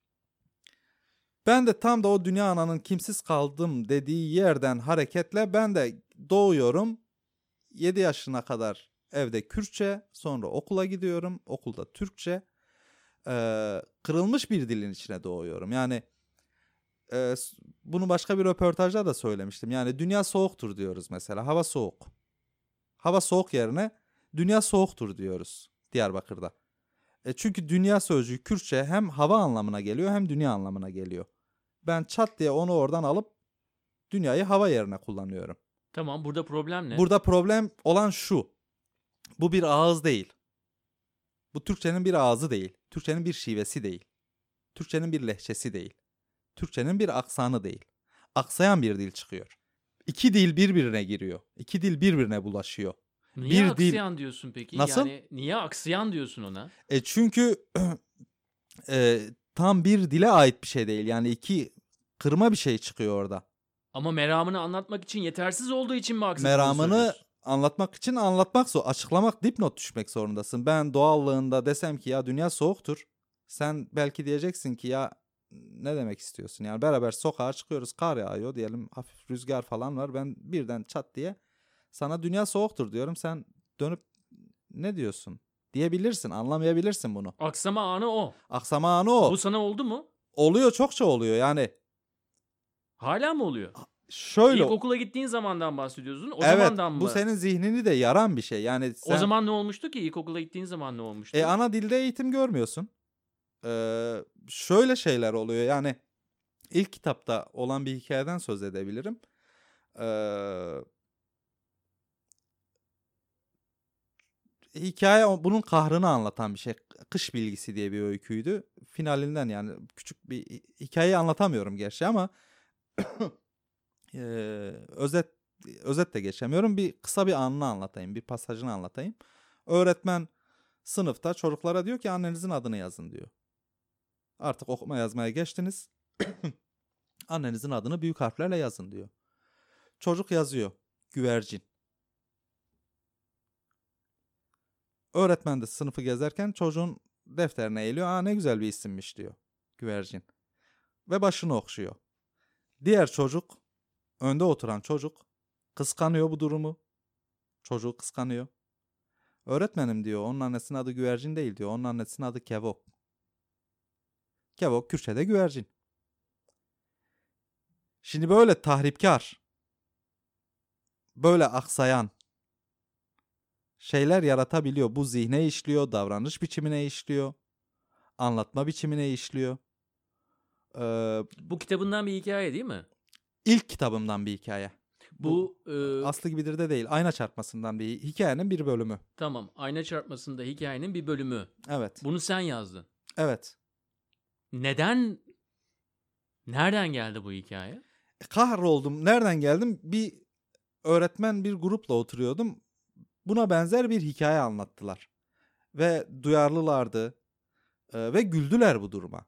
Ben de tam da o Dünya Ana'nın kimsiz kaldım dediği yerden hareketle ben de doğuyorum. yedi yaşına kadar evde Kürtçe, sonra okula gidiyorum. Okulda Türkçe. Ee, kırılmış bir dilin içine doğuyorum. Yani e, bunu başka bir röportajda da söylemiştim. Yani dünya soğuktur diyoruz mesela. Hava soğuk. Hava soğuk yerine dünya soğuktur diyoruz Diyarbakır'da. E çünkü dünya sözcüğü Kürtçe hem hava anlamına geliyor hem dünya anlamına geliyor. Ben çat diye onu oradan alıp dünyayı hava yerine kullanıyorum. Tamam, burada problem ne? Burada problem olan şu. Bu bir ağız değil. Bu Türkçenin bir ağzı değil. Türkçenin bir şivesi değil. Türkçenin bir lehçesi değil. Türkçenin bir aksanı değil. Aksayan bir dil çıkıyor. İki dil birbirine giriyor. İki dil birbirine bulaşıyor. Niye bir aksayan dil... diyorsun peki? Nasıl? Yani niye aksayan diyorsun ona? E çünkü e, tam bir dile ait bir şey değil. Yani iki kırma bir şey çıkıyor orada. Ama meramını anlatmak için yetersiz olduğu için mi aksadığını Meramını söylüyorsun? anlatmak için anlatmak zor. Açıklamak, dipnot düşmek zorundasın. Ben doğallığında desem ki ya dünya soğuktur. Sen belki diyeceksin ki ya ne demek istiyorsun? Yani beraber sokağa çıkıyoruz, kar yağıyor diyelim, hafif rüzgar falan var. Ben birden çat diye sana dünya soğuktur diyorum. Sen dönüp ne diyorsun? diyebilirsin, anlamayabilirsin bunu. Aksama anı o. Aksama anı o. Bu sana oldu mu? Oluyor, çokça oluyor yani. Hala mı oluyor? Şöyle. İlkokula gittiğin zamandan bahsediyorsun. O evet, zamandan mı? bu senin zihnini de yaran bir şey. Yani sen, O zaman ne olmuştu ki? İlkokula gittiğin zaman ne olmuştu? E, ana dilde eğitim görmüyorsun. Ee, şöyle şeyler oluyor yani. İlk kitapta olan bir hikayeden söz edebilirim. Ee, hikaye bunun kahrını anlatan bir şey. Kış Bilgisi diye bir öyküydü. Finalinden yani küçük bir hikayeyi anlatamıyorum gerçi ama e, özet özet de geçemiyorum. Bir kısa bir anını anlatayım, bir pasajını anlatayım. Öğretmen sınıfta çocuklara diyor ki annenizin adını yazın diyor. Artık okuma yazmaya geçtiniz. Annenizin adını büyük harflerle yazın diyor. Çocuk yazıyor. Güvercin. Öğretmen de sınıfı gezerken çocuğun defterine eğiliyor. Aa, ne güzel bir isimmiş diyor. Güvercin. Ve başını okşuyor. Diğer çocuk, önde oturan çocuk kıskanıyor bu durumu. Çocuğu kıskanıyor. Öğretmenim diyor, onun annesinin adı Güvercin değil diyor. Onun annesinin adı Kevok. Kevok Kürtçe'de güvercin. Şimdi böyle tahripkar, böyle aksayan şeyler yaratabiliyor. Bu zihne işliyor, davranış biçimine işliyor, anlatma biçimine işliyor. Ee, Bu kitabından bir hikaye değil mi? İlk kitabımdan bir hikaye. Bu, Bu e... Aslı Gibidir de değil, Ayna Çarpması'ndan bir hikayenin bir bölümü. Tamam, Ayna Çarpması'nda hikayenin bir bölümü. Evet. Bunu sen yazdın. Evet. Neden? Nereden geldi bu hikaye? Kahroldum. Nereden geldim? Bir öğretmen bir grupla oturuyordum. Buna benzer bir hikaye anlattılar. Ve duyarlılardı. Ee, ve güldüler bu duruma.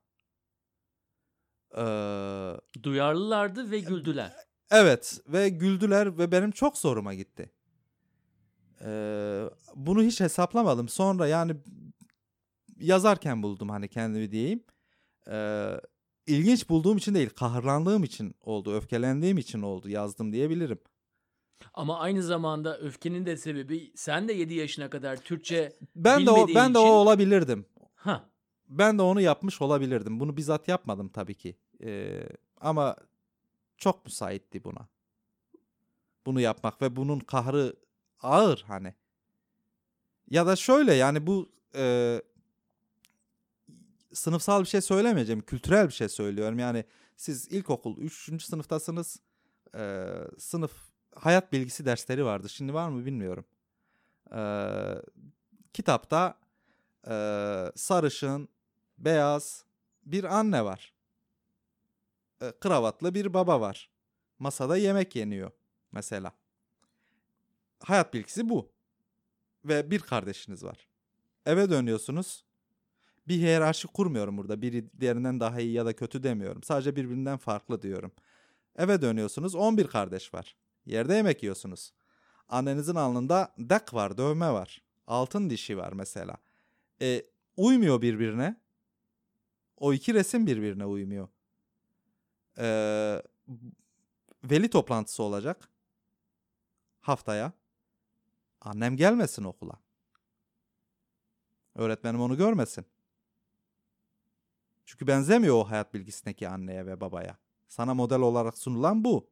Ee, Duyarlılardı ve güldüler. Evet. Ve güldüler ve benim çok zoruma gitti. Ee, bunu hiç hesaplamadım. Sonra yani yazarken buldum hani kendimi diyeyim. Ee, ilginç bulduğum için değil, kahırlandığım için oldu, öfkelendiğim için oldu, yazdım diyebilirim. Ama aynı zamanda öfkenin de sebebi sen de yedi yaşına kadar Türkçe ben de o ben için... de o olabilirdim. Ha. Ben de onu yapmış olabilirdim. Bunu bizzat yapmadım tabii ki. Ee, ama çok müsaitti buna. Bunu yapmak ve bunun kahrı ağır hani. Ya da şöyle yani bu e, sınıfsal bir şey söylemeyeceğim. Kültürel bir şey söylüyorum. Yani siz ilkokul üçüncü sınıftasınız. Ee, sınıf hayat bilgisi dersleri vardı. Şimdi var mı bilmiyorum. Ee, kitapta e, sarışın, beyaz bir anne var. E, kravatlı bir baba var. Masada yemek yeniyor mesela. Hayat bilgisi bu. Ve bir kardeşiniz var. Eve dönüyorsunuz. Bir hiyerarşi kurmuyorum burada. Biri diğerinden daha iyi ya da kötü demiyorum. Sadece birbirinden farklı diyorum. Eve dönüyorsunuz. on bir kardeş var. Yerde yemek yiyorsunuz. Annenizin alnında dak var, dövme var. Altın dişi var mesela. E, uymuyor birbirine. O iki resim birbirine uymuyor. E, veli toplantısı olacak. Haftaya. Annem gelmesin okula. Öğretmenim onu görmesin. Çünkü benzemiyor o hayat bilgisindeki anneye ve babaya. Sana model olarak sunulan bu.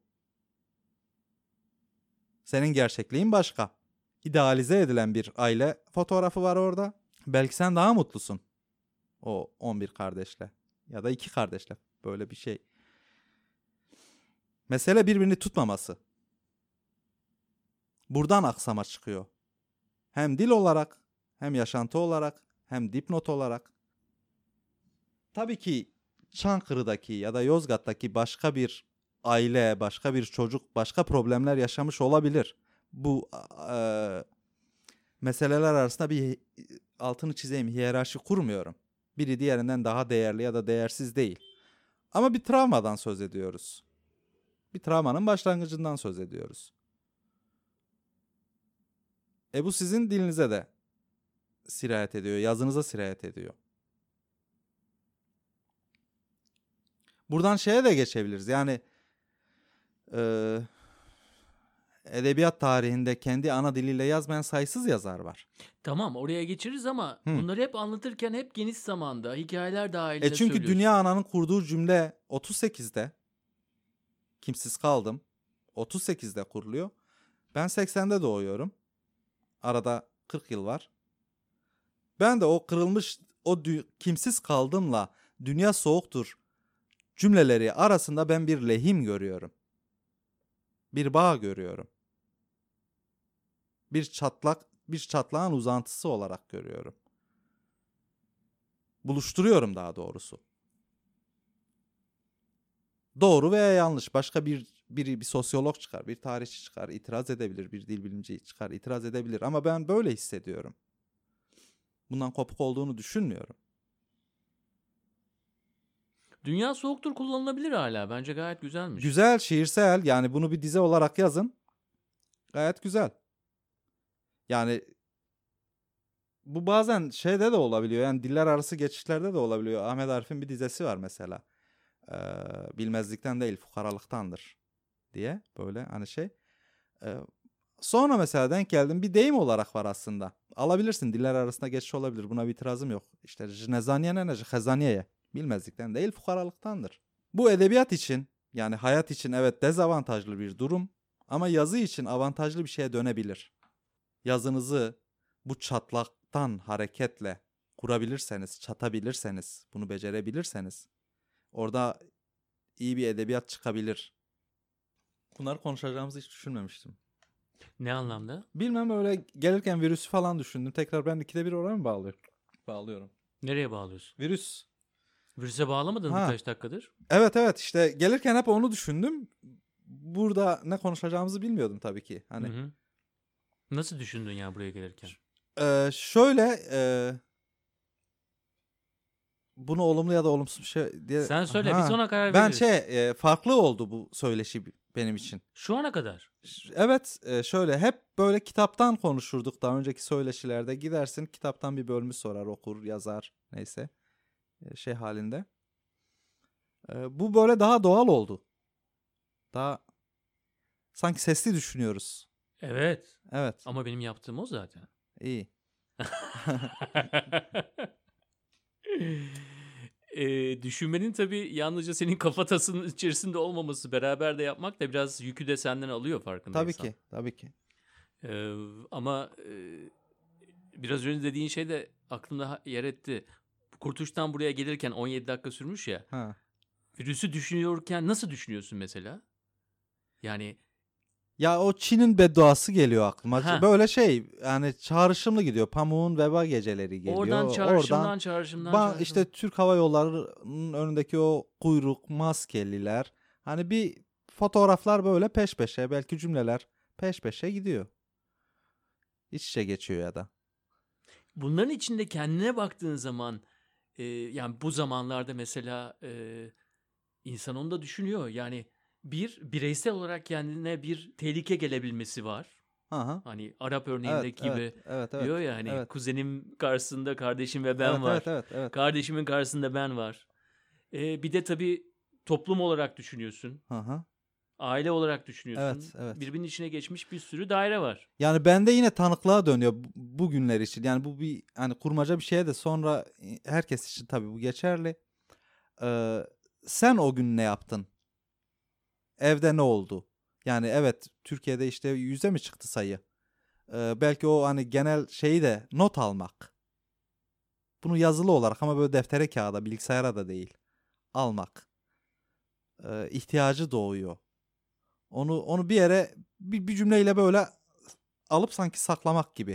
Senin gerçekliğin başka. İdealize edilen bir aile fotoğrafı var orada. Belki sen daha mutlusun. O on bir kardeşle. Ya da iki kardeşle. Böyle bir şey. Mesele birbirini tutmaması. Buradan aksama çıkıyor. Hem dil olarak, hem yaşantı olarak, hem dipnot olarak. Tabii ki Çankırı'daki ya da Yozgat'taki başka bir aile, başka bir çocuk, başka problemler yaşamış olabilir. Bu e, meseleler arasında bir altını çizeyim, hiyerarşi kurmuyorum. Biri diğerinden daha değerli ya da değersiz değil. Ama bir travmadan söz ediyoruz. Bir travmanın başlangıcından söz ediyoruz. E bu sizin dilinize de sirayet ediyor, yazınıza sirayet ediyor. Buradan şeye de geçebiliriz. Yani e, edebiyat tarihinde kendi ana diliyle yazmayan sayısız yazar var. Tamam, oraya geçeriz ama Hı. bunları hep anlatırken hep geniş zamanda, hikayeler dahilinde E çünkü söylüyorsun. Dünya Ana'nın kurduğu cümle otuz sekizde, kimsiz kaldım, otuz sekizde kuruluyor. Ben seksende doğuyorum. Arada kırk yıl var. Ben de o kırılmış, o dü- kimsiz kaldımla dünya soğuktur cümleleri arasında ben bir lehim görüyorum. Bir bağ görüyorum. Bir çatlak, bir çatlağın uzantısı olarak görüyorum. Buluşturuyorum daha doğrusu. Doğru veya yanlış. Başka bir biri bir sosyolog çıkar, bir tarihçi çıkar, itiraz edebilir, bir dil bilimci çıkar, itiraz edebilir. Ama ben böyle hissediyorum. Bundan kopuk olduğunu düşünmüyorum. Dünya soğuktur kullanılabilir hala. Bence gayet güzelmiş. Güzel, şiirsel. Yani bunu bir dize olarak yazın. Gayet güzel. Yani bu bazen şeyde de olabiliyor. Yani diller arası geçişlerde de olabiliyor. Ahmet Arif'in bir dizesi var mesela. Ee, bilmezlikten değil, fukaralıktandır diye böyle hani şey. Ee, sonra mesela denk geldim, bir deyim olarak var aslında. Alabilirsin, diller arasında geçiş olabilir. Buna bir itirazım yok. İşte jnezaniye ne jhezaniye. Bilmezlikten değil, fukaralıktandır. Bu edebiyat için, yani hayat için evet dezavantajlı bir durum. Ama yazı için avantajlı bir şeye dönebilir. Yazınızı bu çatlaktan hareketle kurabilirseniz, çatabilirseniz, bunu becerebilirseniz orada iyi bir edebiyat çıkabilir. Bunları konuşacağımızı hiç düşünmemiştim. Ne anlamda? Bilmem, öyle gelirken virüsü falan düşündüm. Tekrar ben ikide bir oraya mı bağlıyorum? Bağlıyorum. Nereye bağlıyorsun? Virüs. Virüse bağlamadın Ha. birkaç dakikadır. Evet evet, işte gelirken hep onu düşündüm. Burada ne konuşacağımızı bilmiyordum tabii ki. Hani Hı hı. Nasıl düşündün ya buraya gelirken? e, şöyle e, bunu olumlu ya da olumsuz bir şey diye. Sen söyle, Ha, biz ona karar ben veririz. şey e, farklı oldu bu söyleşi benim için. Şu ana kadar. Evet, e, şöyle hep böyle kitaptan konuşurduk daha önceki söyleşilerde. Gidersin kitaptan bir bölümü sorar, okur, yazar, neyse e, şey halinde. E, bu böyle daha doğal oldu. Daha sanki sesli düşünüyoruz. Evet. Evet, Ama benim yaptığım o zaten. iyi. e, düşünmenin tabii yalnızca senin kafatasının içerisinde olmaması, beraber de yapmak da biraz yükü de senden alıyor farkındaysan. Tabii ki, tabii ki. E, ama e, biraz önce dediğin şey de aklımda yer etti. Kurtuluş'tan buraya gelirken on yedi dakika sürmüş ya. Ha. Virüsü düşünüyorken nasıl düşünüyorsun mesela? Yani Ya o Çin'in bedduası geliyor aklıma. Ha. Böyle şey yani çağrışımlı gidiyor. Pamuğun veba geceleri geliyor. oradan çağrışımdan Oradan çağrışımdan ba- çağrışımdan. işte Türk Hava Yolları'nın önündeki o kuyruk, maskeliler. Hani bir fotoğraflar böyle peş peşe, belki cümleler peş peşe gidiyor. İç içe geçiyor ya da. Bunların içinde kendine baktığın zaman e, yani bu zamanlarda mesela e, insan onu da düşünüyor. Yani bir bireysel olarak kendine bir tehlike gelebilmesi var. Aha. Hani Arap Evet, örneğindeki evet, gibi evet, evet. diyor ya hani Evet. kuzenim karşısında kardeşim ve ben Evet, var. evet, evet, evet. Kardeşimin karşısında ben var. E, bir de tabii toplum olarak düşünüyorsun. Aha. Aile olarak düşünüyorsun. Evet, evet. Birbirinin içine geçmiş bir sürü daire var. Yani bende yine tanıklığa dönüyor bu, bu günler için. Yani bu bir hani kurmaca bir şeye de sonra herkes için tabii bu geçerli. Ee, sen o gün ne yaptın? Evde ne oldu? Yani evet, Türkiye'de işte yüze mi çıktı sayı? Ee, belki o hani genel şeyi de not almak. Bunu yazılı olarak ama böyle deftere, kağıda, bilgisayara da değil. Almak. Ee, ihtiyacı doğuyor. Onu onu bir yere bir, bir cümleyle böyle alıp sanki saklamak gibi.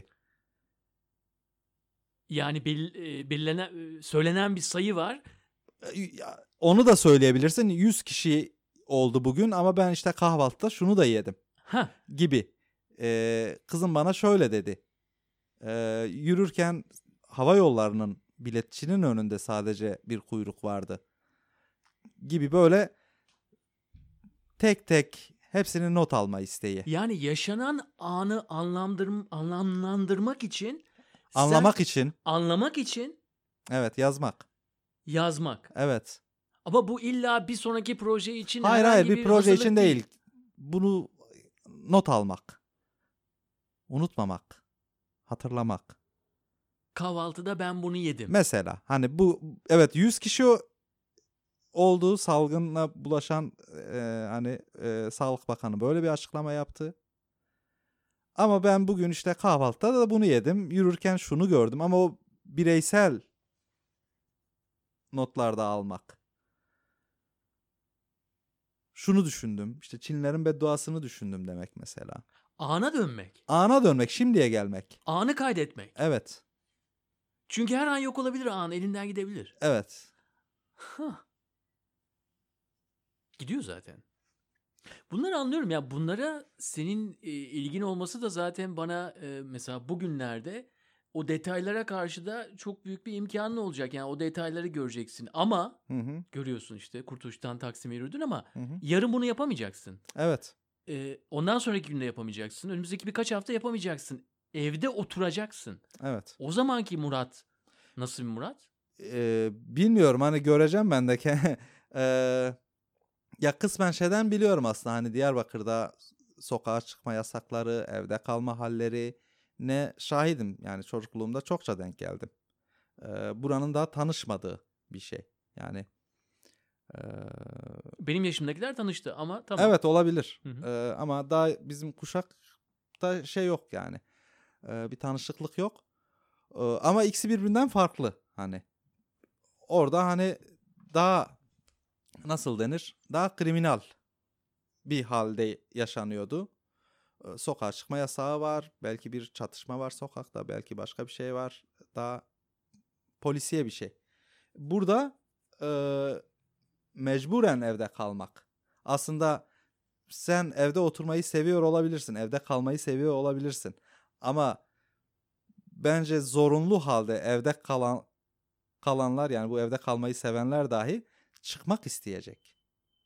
Yani bel, e, belirlenen, e, söylenen bir sayı var. Ya, onu da söyleyebilirsin. yüz kişi oldu bugün ama ben işte kahvaltıda şunu da yedim Ha. gibi. Ee, kızım bana şöyle dedi. Ee, yürürken hava yollarının biletçinin önünde sadece bir kuyruk vardı gibi, böyle tek tek hepsini not alma isteği. Yani yaşanan anı anlamdır, anlamlandırmak için Anlamak sen, için. anlamak için Evet, yazmak. yazmak. Evet. Ama bu illa bir sonraki proje için Hayır hayır, herhangi bir bir proje hazırlık için değil. Bunu not almak, unutmamak, hatırlamak. Kahvaltıda ben bunu yedim. Mesela hani bu evet yüz kişi olduğu salgınla bulaşan e, hani e, Sağlık Bakanı böyle bir açıklama yaptı. Ama ben bugün işte kahvaltıda da bunu yedim. Yürürken şunu gördüm ama o bireysel notlarda almak. Şunu düşündüm. İşte Çinlilerin bedduasını düşündüm demek mesela. Ana dönmek. Ana dönmek, şimdiye gelmek. Anı kaydetmek. Evet. Çünkü her an yok olabilir, an elinden gidebilir. Evet. Hah. Gidiyor zaten. Bunları anlıyorum ya, bunlara senin e, ilgin olması da zaten bana e, mesela bugünlerde o detaylara karşı da çok büyük bir imkanın olacak. Yani o detayları göreceksin ama Hı hı. görüyorsun işte Kurtuluş'tan Taksim'e yürüdün ama Hı hı. yarın bunu yapamayacaksın. Evet. E, ondan sonraki günde yapamayacaksın. Önümüzdeki birkaç hafta yapamayacaksın. Evde oturacaksın. Evet. O zamanki Murat nasıl bir Murat? Ee, bilmiyorum hani göreceğim ben de. ee, ya kısmen şeyden biliyorum aslında hani Diyarbakır'da sokağa çıkma yasakları, evde kalma halleri ne şahidim. Yani çocukluğumda çokça denk geldim. Ee, buranın daha tanışmadığı bir şey. Yani ee, Benim yaşımdakiler tanıştı ama tamam. evet olabilir. Hı hı. Ee, ama daha bizim kuşakta şey yok yani. Ee, bir tanışıklık yok. Ee, ama ikisi birbirinden farklı hani. Orada hani daha nasıl denir? Daha kriminal bir halde yaşanıyordu. Ee, sokağa çıkma yasağı var. Belki bir çatışma var sokakta. Belki başka bir şey var. Daha polisiye bir şey. Burada e, mecburen evde kalmak. Aslında sen evde oturmayı seviyor olabilirsin. Evde kalmayı seviyor olabilirsin. Ama bence zorunlu halde evde kalan kalanlar yani bu evde kalmayı sevenler dahi çıkmak isteyecek.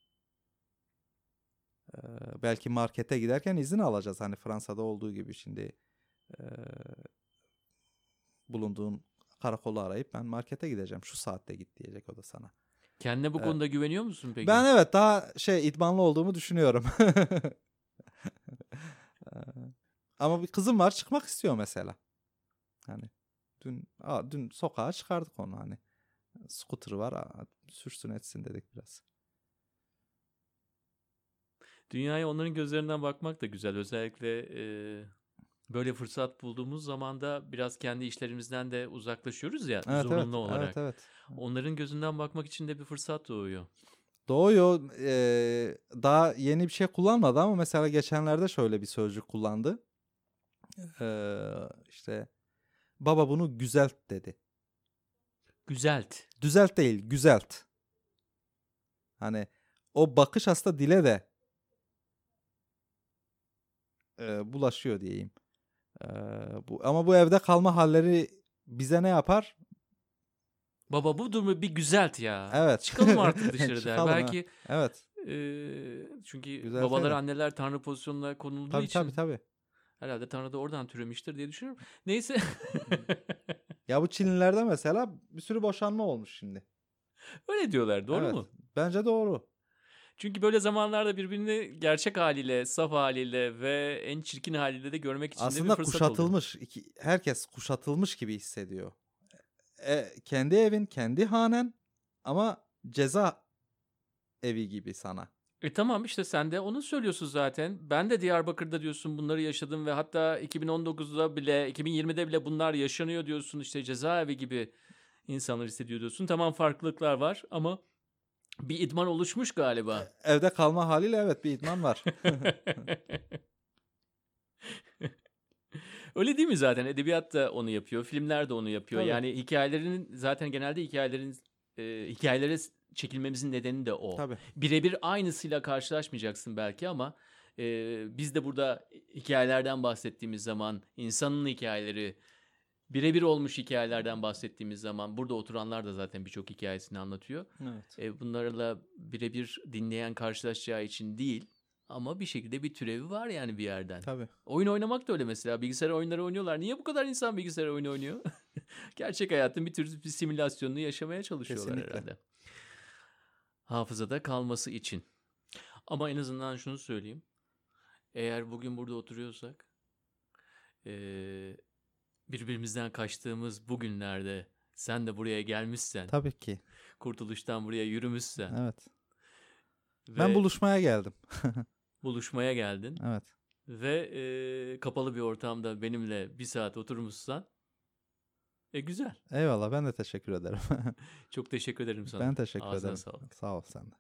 Ee, belki markete giderken izin alacağız. Hani Fransa'da olduğu gibi şimdi e, bulunduğun karakolu arayıp ben markete gideceğim. Şu saatte git diyecek o da sana. Kendine bu Ee, konuda güveniyor musun peki? ben evet daha şey idmanlı olduğumu düşünüyorum. Ee, ama bir kızım var çıkmak istiyor mesela. Hani dün aa, dün sokağa çıkardık onu hani. Scooter'ı var aa, sürsün etsin dedik biraz. Dünyaya onların gözlerinden bakmak da güzel. Özellikle e, böyle fırsat bulduğumuz zaman da biraz kendi işlerimizden de uzaklaşıyoruz ya Evet evet zorunlu evet olarak. evet. Onların gözünden bakmak için de bir fırsat doğuyor. Doğuyor. Eee, daha yeni bir şey kullanmadı ama mesela geçenlerde şöyle bir sözcük kullandı. Eee işte baba bunu güzelt dedi. Güzelt. Düzelt değil, güzelt. Hani o bakış aslında dile de eee, bulaşıyor diyeyim. Eee, bu ama bu evde kalma halleri bize ne yapar? Baba bu durumu bir güzelt ya. Evet. Çıkalım artık dışarı der. Çıkalım ha. Belki Evet. e, çünkü babalar Güzeltelim. anneler tanrı pozisyonuna konulduğu Tabii tabii için tabii. herhalde tanrı da oradan türemiştir diye düşünüyorum. Neyse. Ya bu Çinlilerde mesela bir sürü boşanma olmuş şimdi. Öyle diyorlar, doğru Evet. mu? Bence doğru. Çünkü böyle zamanlarda birbirini gerçek haliyle, saf haliyle ve en çirkin haliyle de görmek için de bir Aslında fırsat oluyor. kuşatılmış. iki- herkes kuşatılmış gibi hissediyor. E, kendi evin, kendi hanen ama ceza evi gibi sana. E tamam işte sen de onu söylüyorsun zaten. Ben de Diyarbakır'da diyorsun bunları yaşadım ve hatta iki bin on dokuzda bile, iki bin yirmide bile bunlar yaşanıyor diyorsun. İşte cezaevi gibi insanlar hissediyor diyorsun. Tamam farklılıklar var ama bir idman oluşmuş E, galiba. evde kalma haliyle evet bir idman var. Öyle değil mi zaten? Edebiyat da onu yapıyor, filmler de onu yapıyor. Tabii, Yani hikayelerin zaten genelde hikayelerin e, hikayelere s- çekilmemizin nedeni de o. tabii. Birebir aynısıyla karşılaşmayacaksın belki ama e, biz de burada hikayelerden bahsettiğimiz zaman, insanın hikayeleri, birebir olmuş hikayelerden bahsettiğimiz zaman, burada oturanlar da zaten birçok hikayesini anlatıyor. Evet. E, bunlarla birebir dinleyen karşılaşacağı için değil. Ama bir şekilde bir türevi var yani bir yerden. Tabii. Oyun oynamak da öyle mesela. Bilgisayar oyunları oynuyorlar. Niye bu kadar insan bilgisayar oyunu oynuyor? Gerçek hayatın bir tür bir simülasyonunu yaşamaya çalışıyorlar Kesinlikle. herhalde. Hafızada kalması için. Ama en azından şunu söyleyeyim. Eğer bugün burada oturuyorsak, ee, birbirimizden kaçtığımız bugünlerde sen de buraya gelmişsen, Tabii ki. Kurtuluş'tan buraya yürümüşsen Evet. ve Ben buluşmaya geldim. buluşmaya geldin Evet. ve ee, kapalı bir ortamda benimle bir saat oturmuşsan, e güzel. Eyvallah, ben de teşekkür ederim. Çok teşekkür ederim sana. Ben teşekkür Ağzına ederim. sağlık. Sağ ol sen de.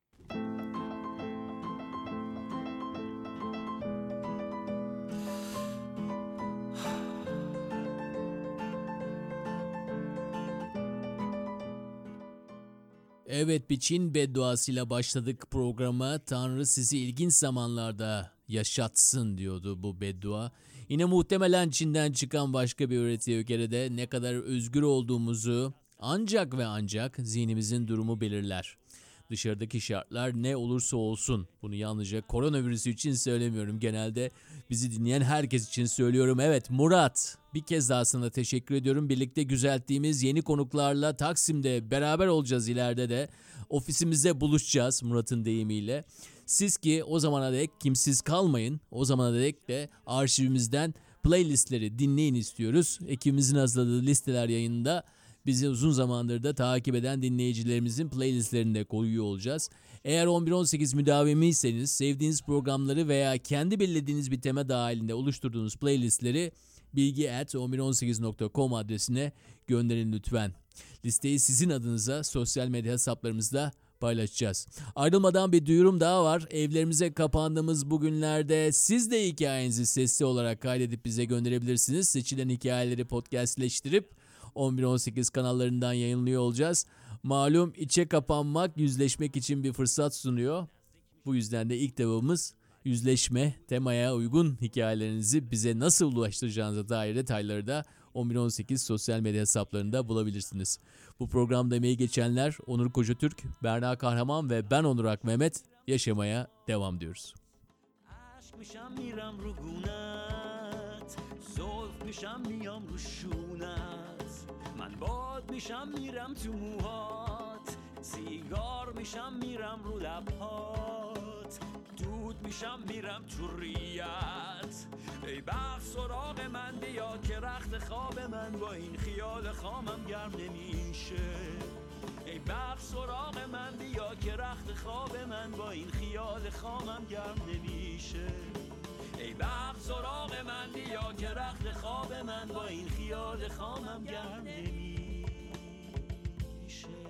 Evet, bir Çin bedduasıyla başladık programa. Tanrı sizi ilginç zamanlarda yaşatsın diyordu bu beddua. Yine muhtemelen Çin'den çıkan başka bir öğretiye göre de ne kadar özgür olduğumuzu ancak ve ancak zihnimizin durumu belirler. Dışarıdaki şartlar ne olursa olsun, bunu yalnızca koronavirüsü için söylemiyorum. Genelde bizi dinleyen herkes için söylüyorum. Evet Murat, bir kez daha sana teşekkür ediyorum. Birlikte güzelttiğimiz yeni konuklarla Taksim'de beraber olacağız ileride de. Ofisimizde buluşacağız Murat'ın deyimiyle. Siz ki o zamana dek kimsiz kalmayın. O zamana dek de arşivimizden playlistleri dinleyin istiyoruz. Ekibimizin hazırladığı listeler yayında bizi uzun zamandır da takip eden dinleyicilerimizin playlistlerinde koyuyor olacağız. Eğer on bir on sekiz müdavimiyseniz sevdiğiniz programları veya kendi belirlediğiniz bir tema dahilinde oluşturduğunuz playlistleri bilgi at on bir on sekiz nokta com adresine gönderin lütfen. Listeyi sizin adınıza sosyal medya hesaplarımızda paylaşacağız. Ayrılmadan bir duyurum daha var. Evlerimize kapandığımız bu günlerde siz de hikayenizi sesli olarak kaydedip bize gönderebilirsiniz. Seçilen hikayeleri podcastleştirip on bir on sekiz kanallarından yayınlıyor olacağız. Malum içe kapanmak yüzleşmek için bir fırsat sunuyor. Bu yüzden de ilk devamımız yüzleşme, temaya uygun hikayelerinizi bize nasıl ulaştıracağınıza dair detayları da on bir on sekiz sosyal medya hesaplarında bulabilirsiniz. Bu programda emeği geçenler Onur Kocatürk, Berna Kahraman ve ben Onur Ak Mehmet yaşamaya devam diyoruz. من باد میشم میرم تو موهات سیگار میشم میرم رو لبهات دود میشم میرم تو ریت ای بخت سراغ من بیا که رخت خواب من با این خیال خامم گرم نمیشه ای بخت سراغ من بیا که رخت خواب من با این خیال خامم گرم نمیشه ای بخت سراغ من بیا که رخت خواب من با این خیال خامم گرم نمیشه